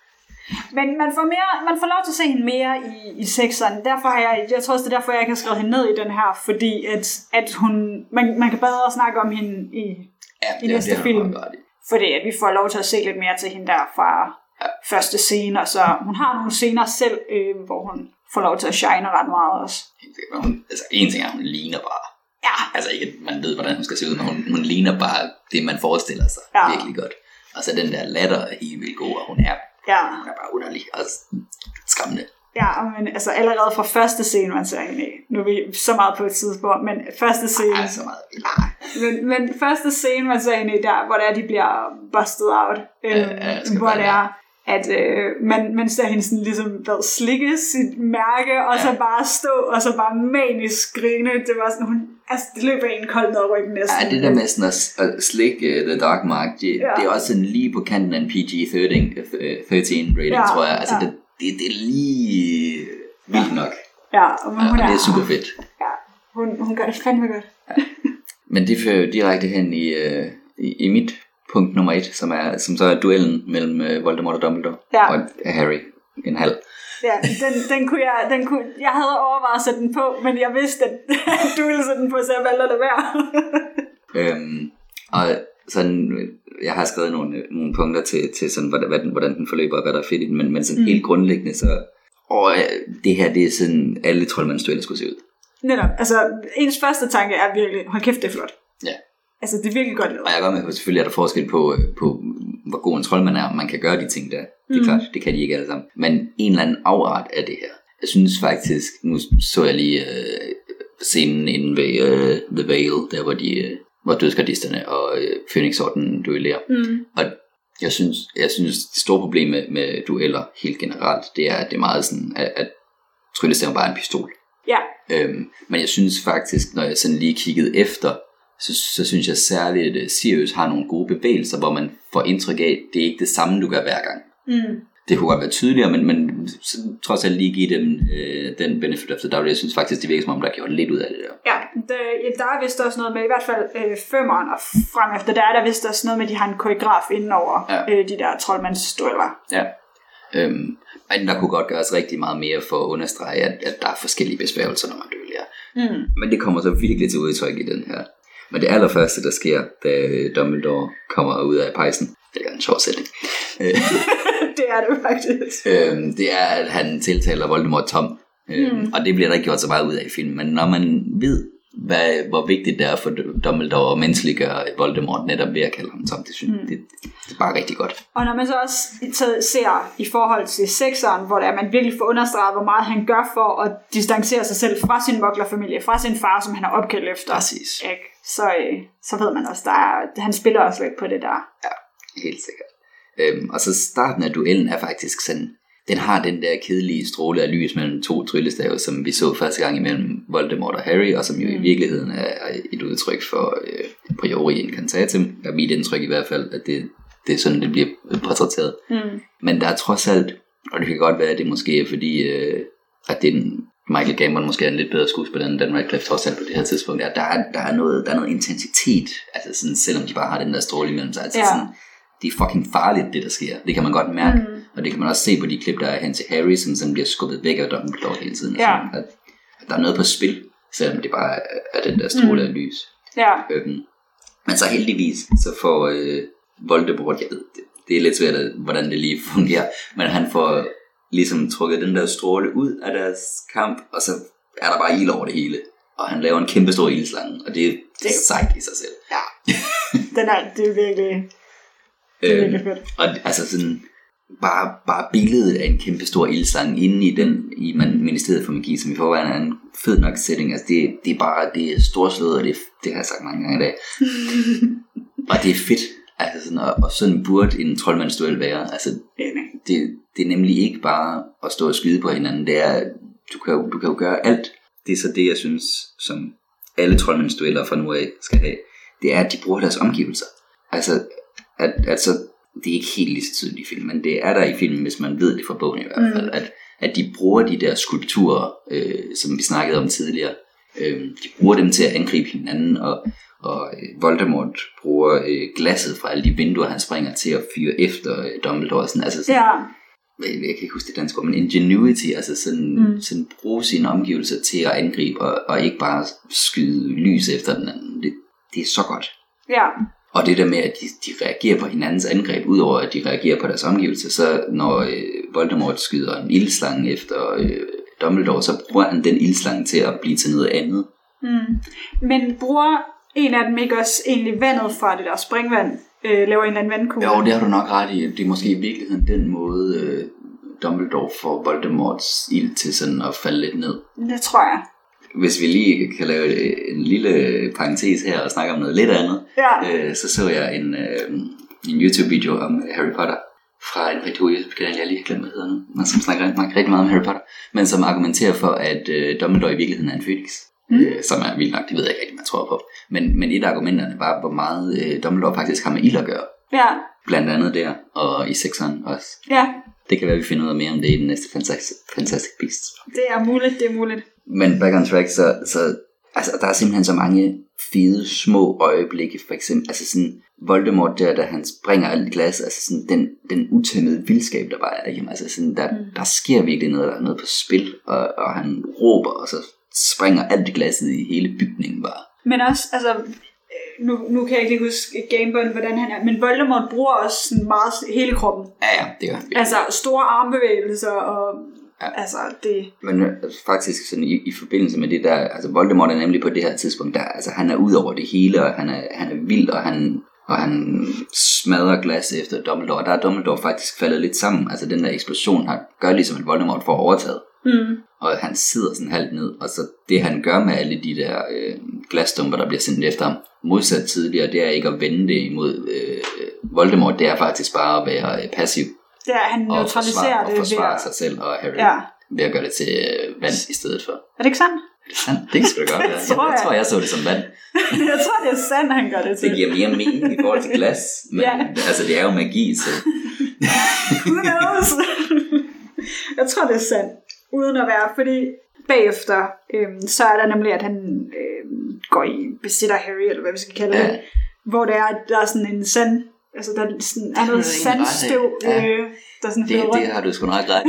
Men man får, mere, man får lov til at se hende mere i, i sexeren. Derfor har jeg, jeg tror også, det er derfor, jeg ikke har skrevet hende ned i den her, fordi at, at hun, man, man kan bedre snakke om hende i,
ja,
i næste
det
film. Fordi at vi får lov til at se lidt mere til hende der fra ja. første scene. Og så hun har nogle scener selv, øh, hvor hun får lov til at shine ret meget også.
Hun, altså en ting er, hun ligner bare.
Ja.
Altså ikke, man ved, hvordan hun skal se ud, men hun, hun ligner bare det, man forestiller sig ja. virkelig godt. Og så den der latter er helt vildt god, og hun er,
ja.
hun er bare underlig og skræmmende.
Ja, men altså allerede fra første scene, man ser hende i. Nu er vi så meget på et tidspunkt, men første scene...
Ej, så meget.
men, men første scene, man ser hende i der, hvor det er, de bliver busted out.
Ja, ja,
øh, hvor det er, at øh, man, man ser hende sådan ligesom hvad, slikke sit mærke, og ja. så bare stå, og så bare manisk grine. Det var sådan, hun, altså det løber en koldt ned ad ryggen næsten.
Ja, det der med sådan at, at slikke uh, The Dark Mark, det, ja. det er også sådan lige på kanten af en P G tretten rating, ja, tror jeg. Altså ja. det, det, det er lige vildt nok.
Ja, og,
ja, og
er,
det er super fedt.
Ja, hun, hun gør det fandme godt. Ja.
Men det fører direkte hen i, uh, i, i mit punkt nummer et, som, er, som så er duellen mellem uh, Voldemort og Dumbledore, ja. og Harry en halv.
Ja, den, den kunne jeg, den kunne, jeg havde overvejet at sætte den på, men jeg vidste, at du ville sætte den på, så jeg valgte at lade være. øhm,
og sådan, jeg har skrevet nogle, nogle punkter til, til sådan, hvordan, hvordan den forløber, og hvad der er fedt i den, men, men sådan mm. helt grundlæggende, så og det her, det er sådan, alle troldmandsdueller skulle se ud.
Netop, altså ens første tanke er virkelig, hold kæft, det er flot.
Ja.
Altså, det er virkelig godt lavet.
Og jeg er godt med på, selvfølgelig er der forskel på, på hvor god en troldmand er, om man kan gøre de ting der. Det er mm. klart, det kan de ikke alle sammen. Men en eller anden afart af det her. Jeg synes faktisk, nu så jeg lige uh, scenen inde ved uh, The Vale, der hvor de, uh, hvor dødsgardisterne og uh, Phoenix-ordenen duellerer. Mm. Og jeg synes, jeg synes, det store problem med, med dueller helt generelt, det er, at det er meget sådan, at, at tryllestaven bare er en pistol.
Ja.
Øhm, men jeg synes faktisk, når jeg sådan lige kiggede efter, Så, så synes jeg særligt, at Sirius har nogle gode bevægelser, hvor man får indtryk af, at det er ikke det samme, du gør hver gang. Mm. Det kunne godt være tydeligere, men, men trods alt lige give dem øh, den benefit of the doubt. Jeg synes faktisk, det virker som om, der har gjort lidt ud af det der.
Ja, det, der er vist også noget med, i hvert fald øh, femmeren og frem efter, der er der vist også noget med, at de har en koreograf indenover ja. øh, de der troldmandsdueller.
Ja, øhm, men der kunne godt gøres rigtig meget mere for at understrege, at, at der er forskellige besværgelser, når man duellerer. Mm. Men det kommer så virkelig til udtryk i den her. Men det allerførste, der sker, da Dumbledore kommer ud af pejsen, det er en sjov sætning.
Det er det faktisk.
øhm, det er, at han tiltaler Voldemort Tom. Øhm, mm. Og det bliver der ikke gjort så meget ud af i filmen. Men når man ved, hvad, hvor vigtigt det er for Dumbledore at menneskeliggøre Voldemort netop ved at kalde ham Tom, det synes mm. det, det er bare rigtig godt.
Og når man så også ser i forhold til sekseren, hvor det er, man virkelig får understreget, hvor meget han gør for at distancere sig selv fra sin muglerfamilie, fra sin far, som han har opkaldt efter.
Præcis.
Ikke? Så, så ved man også, der er, han spiller også lidt på det der.
Ja, helt sikkert. Øhm, og så starten af duellen er faktisk sådan, den har den der kedelige stråle af lys mellem to tryllestave, som vi så første gang imellem Voldemort og Harry, og som jo mm. i virkeligheden er et udtryk for øh, priori incantatem. Der er mit indtryk i hvert fald, at det, det er sådan, det bliver portrætteret. Mm. Men der er trods alt, og det kan godt være, at det måske er fordi, øh, at det er en, Michael Gambon måske er en lidt bedre skuespiller end Dan Radcliffe trods alt på det her tidspunkt. Der er, der er, noget, der er noget intensitet, altså sådan, selvom de bare har den der stråle imellem sig. Altså ja. sådan, det er fucking farligt, det der sker. Det kan man godt mærke. Mm. Og det kan man også se på de klip, der er hen til Harry, som sådan bliver skubbet væk af Dumbledore hele tiden.
Ja.
At, at der er noget på spil, selvom det bare er den der stråle af mm. lys.
Ja.
Øhm, men så heldigvis, så får øh, Voldemort, jeg ved, det, det er lidt svært, at, hvordan det lige fungerer, men han får ligesom trukket den der stråle ud af deres kamp, og så er der bare ild over det hele. Og han laver en kæmpe stor ildslange, og det, det er sejt i sig selv.
Ja. Den er, det er virkelig... Det er virkelig fedt.
Og altså sådan, bare, bare billedet af en kæmpe stor ildslange inde i den, i man, Ministeriet for Magi, som i forvejen er en fed nok setting, altså det, det er bare, det er storslået, og det, det har jeg sagt mange gange i dag. Og det er fedt, altså sådan, og, og sådan burde en troldmandsduel være, altså det, det er nemlig ikke bare at stå og skyde på hinanden, det er, du kan jo, du kan jo gøre alt. Det er så det, jeg synes, som alle troldmandsdueller fra nu af skal have, det er, at de bruger deres omgivelser. Altså, At, altså, det er ikke helt lige så tydeligt i filmen, men det er der i filmen, hvis man ved det fra bogen i hvert fald, mm. at, at de bruger de der skulpturer, øh, som vi snakkede om tidligere, øh, de bruger dem til at angribe hinanden, og, og øh, Voldemort bruger øh, glasset fra alle de vinduer, han springer til at fyre efter øh, Dumbledore, sådan, altså sådan,
ja.
jeg, jeg kan ikke huske det danske ord, men ingenuity, altså sådan, mm. sådan bruge sine omgivelser til at angribe, og, og ikke bare skyde lys efter den anden, det, det er så godt.
Ja.
Og det der med, at de, de reagerer på hinandens angreb, udover at de reagerer på deres omgivelser, så når øh, Voldemort skyder en ildslange efter øh, Dumbledore, så bruger han den ildslange til at blive til noget andet.
Mm. Men bruger en af dem ikke også egentlig vandet fra det der springvand, øh, laver en eller anden vandkugle?
Jo, det har du nok ret i. Det er måske i virkeligheden den måde, øh, Dumbledore får Voldemorts ild til sådan at falde lidt ned.
Det tror jeg.
Hvis vi lige kan lave en lille parentes her og snakke om noget lidt andet,
ja.
øh, så så jeg en, øh, en YouTube-video om Harry Potter fra en rigtig god YouTube-kanal, jeg lige har glemt, hvad hedder nu, men som snakker rigtig, rigtig meget om Harry Potter, men som argumenterer for, at øh, Dumbledore i virkeligheden er en Phoenix, mm. øh, som er vildt nok, det ved jeg ikke rigtig, man tror på. Men, men et af argumenterne var, hvor meget øh, Dumbledore faktisk har med ild at gøre.
Ja. Blandt
andet der, og i sekseren også.
Ja.
Det kan være, vi finder ud af mere om det i den næste Fantastic, Fantastic Beasts.
Det er muligt, det er muligt.
Men back on track, så, så altså, der er simpelthen så mange fede, små øjeblikke, for eksempel, altså sådan, Voldemort der, da han springer alt glas, altså sådan, den, den utæmmede vildskab, der bare er hjemme, altså sådan, der, mm. der sker virkelig noget, der er noget på spil, og, og han råber, og så springer alt glasset i hele bygningen bare.
Men også, altså, nu, nu kan jeg ikke lige huske Gambon, hvordan han er, men Voldemort bruger også sådan meget hele kroppen.
Ja, ja, det gør han.
Altså, store armbevægelser, og ja. Altså, det...
Men altså, faktisk sådan i, i forbindelse med det der, altså Voldemort er nemlig på det her tidspunkt, der, altså han er ud over det hele, og han er, han er vild, og han, og han smadrer glas efter Dumbledore, og der er Dumbledore faktisk faldet lidt sammen, altså den der eksplosion har, gør ligesom, at Voldemort får overtaget, mm. og han sidder sådan halvt ned, og så det han gør med alle de der øh, glasdumper, der bliver sendt efter ham, modsat tidligere, det er ikke at vende det imod øh, Voldemort, det er faktisk bare at være øh, passiv.
Det er, han neutraliserer det
og forsvare
ved
sig selv og Harry
ja.
ved at gøre det til øh, vand i stedet for.
Er det ikke sandt?
Er det sandt? Det skal du godt være. jeg, jeg, jeg tror, jeg så det som vand.
Jeg tror, det er sandt, han gør det til.
Det giver mere mening i forhold til glas. Men ja. altså, det er jo magi, så...
Who knows? Jeg tror, det er sandt. Uden at være, fordi bagefter, øhm, så er der nemlig, at han øhm, går i besitter Harry, eller hvad vi skal kalde ja. det. Hvor der er, der er sådan en sand... Altså, der er, sådan, er noget sandstøv, ja. øh, der sådan
det, det har du sgu nok ret i.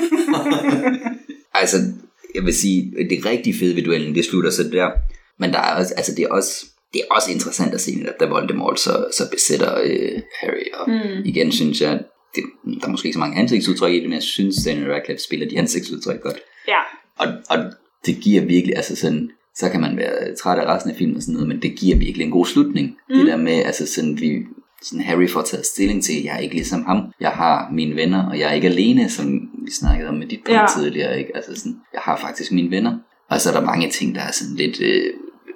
Altså, jeg vil sige, det rigtig fede ved duellen, det slutter så der. Men der er også, altså, det er også, det er også interessant at se, at da Voldemort så, så besætter øh, Harry. Og mm. igen synes jeg, det, der er måske ikke så mange ansigtsudtryk i det, men jeg synes, Daniel Radcliffe spiller de ansigtsudtryk godt.
Ja.
Og, og det giver virkelig, altså sådan, så kan man være træt af resten af filmen og sådan noget, men det giver virkelig en god slutning. Mm. Det der med, altså sådan, vi... Sådan Harry får taget stilling til, jeg er ikke ligesom ham, jeg har mine venner, og jeg er ikke alene, som vi snakkede om med dit punkt ja. tidligere, ikke? Altså sådan, jeg har faktisk mine venner, og så er der mange ting, der er sådan lidt øh,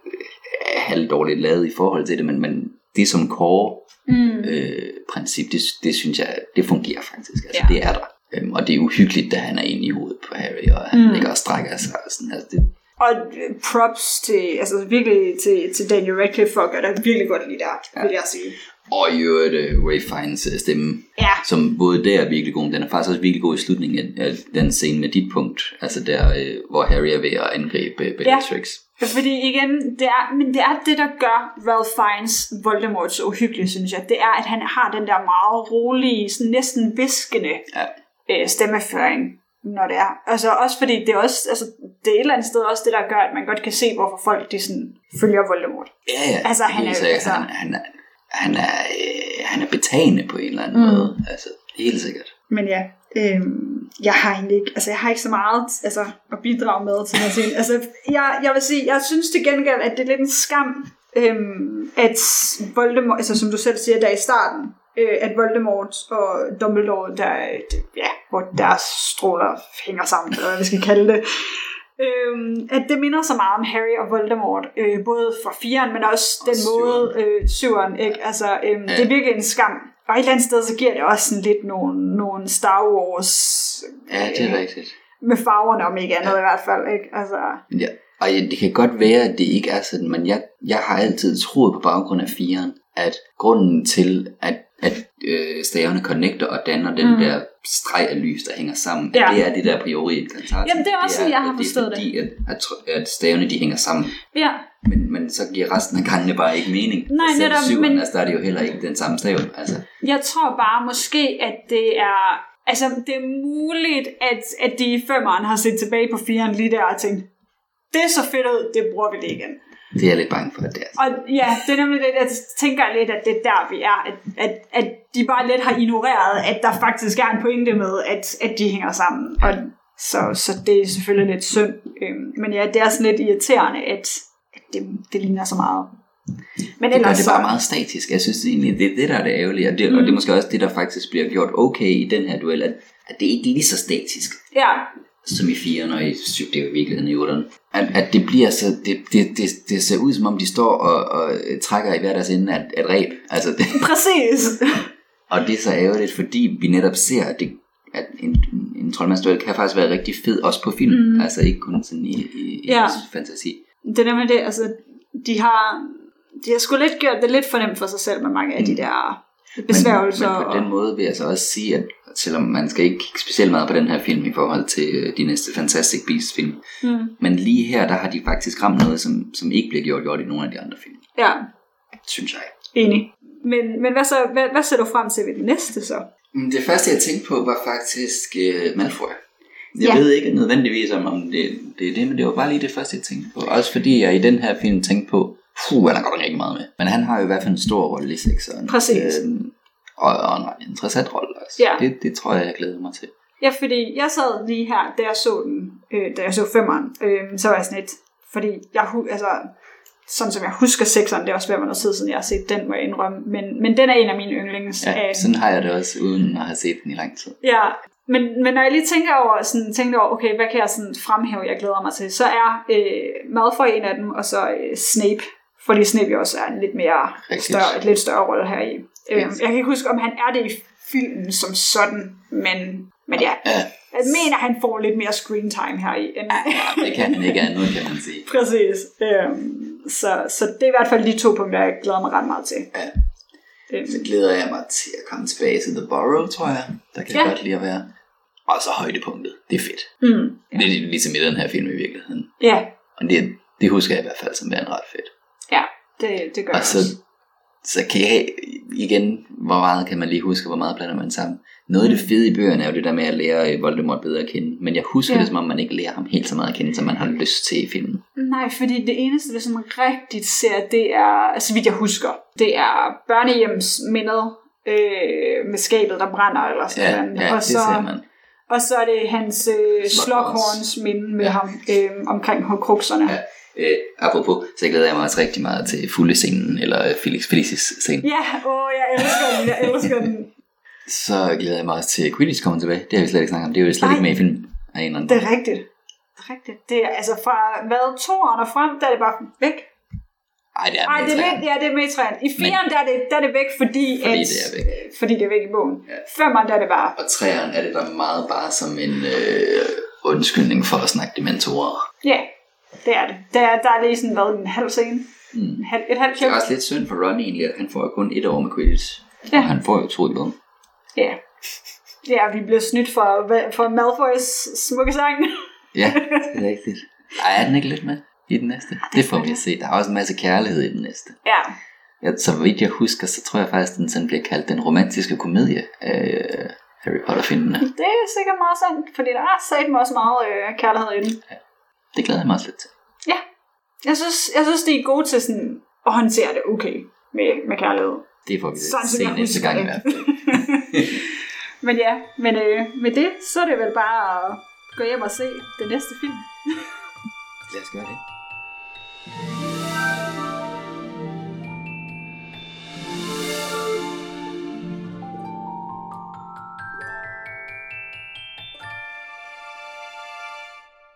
halvdårligt lavet i forhold til det, men, men det som core mm. øh, princip, det, det synes jeg, det fungerer faktisk, altså ja. det er der, øhm, og det er uhyggeligt, da han er inde i hovedet på Harry, og han mm. ligger og strækker sig, og sådan, altså det.
Og props til, altså virkelig til, til Daniel Radcliffe for at gøre det virkelig godt lige der, ja. vil jeg sige.
Og i øvrigt uh, Ray Fiennes uh, stemme,
ja.
som både der er virkelig god, den er faktisk også virkelig god i slutningen af, af den scene med dit punkt, altså der, uh, hvor Harry er ved at angribe uh, Bellatrix.
Ja, fordi igen, det er, men det er det, der gør Ralph Fiennes Voldemort så uhyggelig, synes jeg. Det er, at han har den der meget rolige, sådan næsten viskende ja. øh, stemmeføring, når det er. Altså også fordi det er også, altså det er et eller andet sted også det, der gør, at man godt kan se, hvorfor folk de sådan følger Voldemort.
Ja, ja.
Altså han er, altså,
han, han er Han er, øh, han er betagende på en eller anden mm. måde. Altså, helt sikkert.
Men ja, øh, jeg har egentlig ikke, altså jeg har ikke så meget altså, at bidrage med til noget ting. Altså, jeg, jeg vil sige, jeg synes til gengæld, at det er lidt en skam, øh, at Voldemort, altså som du selv siger der i starten, øh, at Voldemort og Dumbledore, der, ja, hvor deres stråler hænger sammen, eller hvad vi skal kalde det, Øhm, at det minder så meget om Harry og Voldemort, øh, både fra fireren, men også den og måde, øh, syveren, ikke? Altså, øhm, ja. det er virkelig en skam. Og et eller andet sted, så giver det også sådan lidt nogle, nogle Star Wars...
Øh, ja, det er rigtigt.
Med farverne, om ikke andet ja. i hvert fald, ikke? Altså...
Ja, og det kan godt være, at det ikke er sådan, men jeg, jeg har altid troet på baggrund af fireren, at grunden til, at, at øh, stavene connecter og danner den mm. der streg af lys, der hænger sammen, ja. det er det der a priori incantatem.
Jamen det er også, det er, jeg har forstået det.
Det er fordi, at, at, at stavene de hænger sammen.
Ja.
Men, men så giver resten af gangene bare ikke mening.
Nej,
selv
netop,
syveren,
men...
altså der er det jo heller ikke den samme stav. Altså.
Jeg tror bare måske, at det er... Altså, det er muligt, at, at de i femmeren har set tilbage på fireren lige der og tænkt, det er så fedt ud, det bruger vi det igen.
Det er jeg lidt bange for, at det er.
Og ja, det er nemlig det, jeg tænker lidt, at det er der, vi er. At, at, at de bare lidt har ignoreret, at der faktisk er en pointe med, at, at de hænger sammen. Og så, så det er selvfølgelig lidt synd. Men ja, det er sådan lidt irriterende, at, at det, det ligner så meget. Men
det gør det bare meget statisk. Jeg synes egentlig, det er det, der er det ærgerlige. Og det, mm. og det er måske også det, der faktisk bliver gjort okay i den her duel, at, at det ikke er lige så statisk.
Ja.
Som i firen og i syv, det er jo i virkeligheden i otteren. At, at det bliver så, det, det, det, det ser ud som om de står og, og trækker i hver deres ende af et ræb. Altså det.
Præcis.
Og det er så ærgerligt, fordi vi netop ser, at, det, at en, en troldmandsduel kan faktisk være rigtig fed, også på film. Mm. Altså ikke kun sådan i, i,
ja.
i fantasi.
Det er nemlig det, altså de har, de har sgu lidt gjort det lidt for nemt for sig selv med mange af de der besværgelser.
Men, men på den måde vil jeg så også sige, at selvom man skal ikke kigge specielt meget på den her film i forhold til de næste Fantastic Beasts film, mm. men lige her, der har de faktisk ramt noget, som, som ikke bliver gjort, gjort i nogle af de andre film.
Ja.
Synes jeg.
Enig. Men, men hvad, så, hvad, hvad ser du frem til ved det næste så?
Det første jeg tænkte på var faktisk uh, Malfoy. Jeg ja. ved ikke nødvendigvis om, om det, det er det, men det var bare lige det første jeg tænkte på. Også fordi jeg i den her film tænkte på, puh, han har godt nok ikke meget med. Men han har jo i hvert fald en stor rolle i sekseren.
Præcis.
Øh, og, og en ret interessant rolle også.
Ja.
Det, det tror jeg, jeg glæder mig til.
Ja, fordi jeg sad lige her, da jeg så den, øh, da jeg så femmeren, øh, så var jeg sådan lidt, fordi jeg, altså, sådan som jeg husker sekseren, det er også svært noget tid siden, jeg har set den, må jeg indrømme, men, men den er en af mine yndlings.
Ja,
øh,
sådan har jeg det også, uden at have set den i lang tid.
Ja, men, men når jeg lige tænker over, sådan, tænker over, okay, hvad kan jeg sådan fremhæve, jeg glæder mig til, så er øh, Malfoy en af dem, og så øh, Snape, fordi Snape også er en lidt mere større, et lidt større rolle her i. Øh, jeg kan ikke huske, om han er det i filmen som sådan, men, men ja,
ja.
Jeg mener, han får lidt mere screen time her i. End...
ja, det kan han ikke andet, kan man sige.
Præcis. Øhm, så, så det er i hvert fald de to punkter, jeg glæder mig ret meget til.
Ja. Øhm. Så glæder jeg mig til at komme tilbage til The Burrow, tror jeg. Der kan ja. godt lide at være. Og så højdepunktet. Det er fedt. Mm. Ja. Det er ligesom i den her film i virkeligheden.
Ja.
Og det, det husker jeg i hvert fald som værende ret fedt.
Ja, det, det gør
og
jeg
så,
også.
Så kan jeg igen, hvor meget kan man lige huske, hvor meget blander man sammen. Noget af det fede i bøgerne er jo det der med at lære Voldemort bedre at kende. Men jeg husker ja. det, som om man ikke lærer ham helt så meget at kende, som man har lyst til i filmen.
Nej, fordi det eneste, det som man rigtigt ser, det er, altså vidt jeg husker, det er børnehjemsmindet øh, med skabet, der brænder eller sådan
ja,
noget.
Ja,
og
det
så,
ser man.
Og så er det hans øh, Slughorns minde med ja. ham øh, omkring horcruxerne. Ja.
Øh, apropos, så glæder jeg mig også rigtig meget til fulde-scenen, eller Felix Felicis-scenen.
Ja, åh, jeg elsker den, jeg elsker den.
Så glæder jeg mig også til Quidditch kommer tilbage. Det har vi slet ikke snakket om. Det er jo slet Ej, ikke med i filmen. Af en
det er rigtigt. Det er rigtigt. Det er altså fra hvad, toeren og frem, der er det bare væk.
Ej, det er
Ej, det er lidt, ja, det er med i træerne. I fireren, der er det, der er det væk, fordi,
fordi,
at,
det er væk.
fordi det er væk i bogen. Ja. Femmeren, der er det bare.
Og træeren er det der meget bare som en øh, undskyldning for at snakke dementorer.
Ja, det er det. Der, der er lige sådan været en halv scene. Mm. En halv, et halvt klip.
Det er også lidt synd for Ron egentlig, at han får kun et år med Quidditch. Ja. Og han får jo to i bogen.
Ja. Ja, vi bliver snydt for, for Malfoys smukke sang.
Ja, det er rigtigt. Ej, er den ikke lidt med i den næste? Ja, det, det får vi at se. Der er også en masse kærlighed i den næste.
Ja.
Ja, så vidt jeg husker, så tror jeg faktisk, at den sådan bliver kaldt den romantiske komedie af Harry Potter-filmene.
Det er sikkert meget sandt, fordi der er sat mig også meget øh, kærlighed i den.
Ja, det glæder jeg mig også lidt til.
Ja, jeg synes, jeg synes de er gode til sådan at håndtere det okay med, med kærlighed.
Det får vi
sådan,
se næste gang i hvert fald.
Men ja, men øh, med det, så er det vel bare at gå hjem og se den næste film.
Lad os gøre det.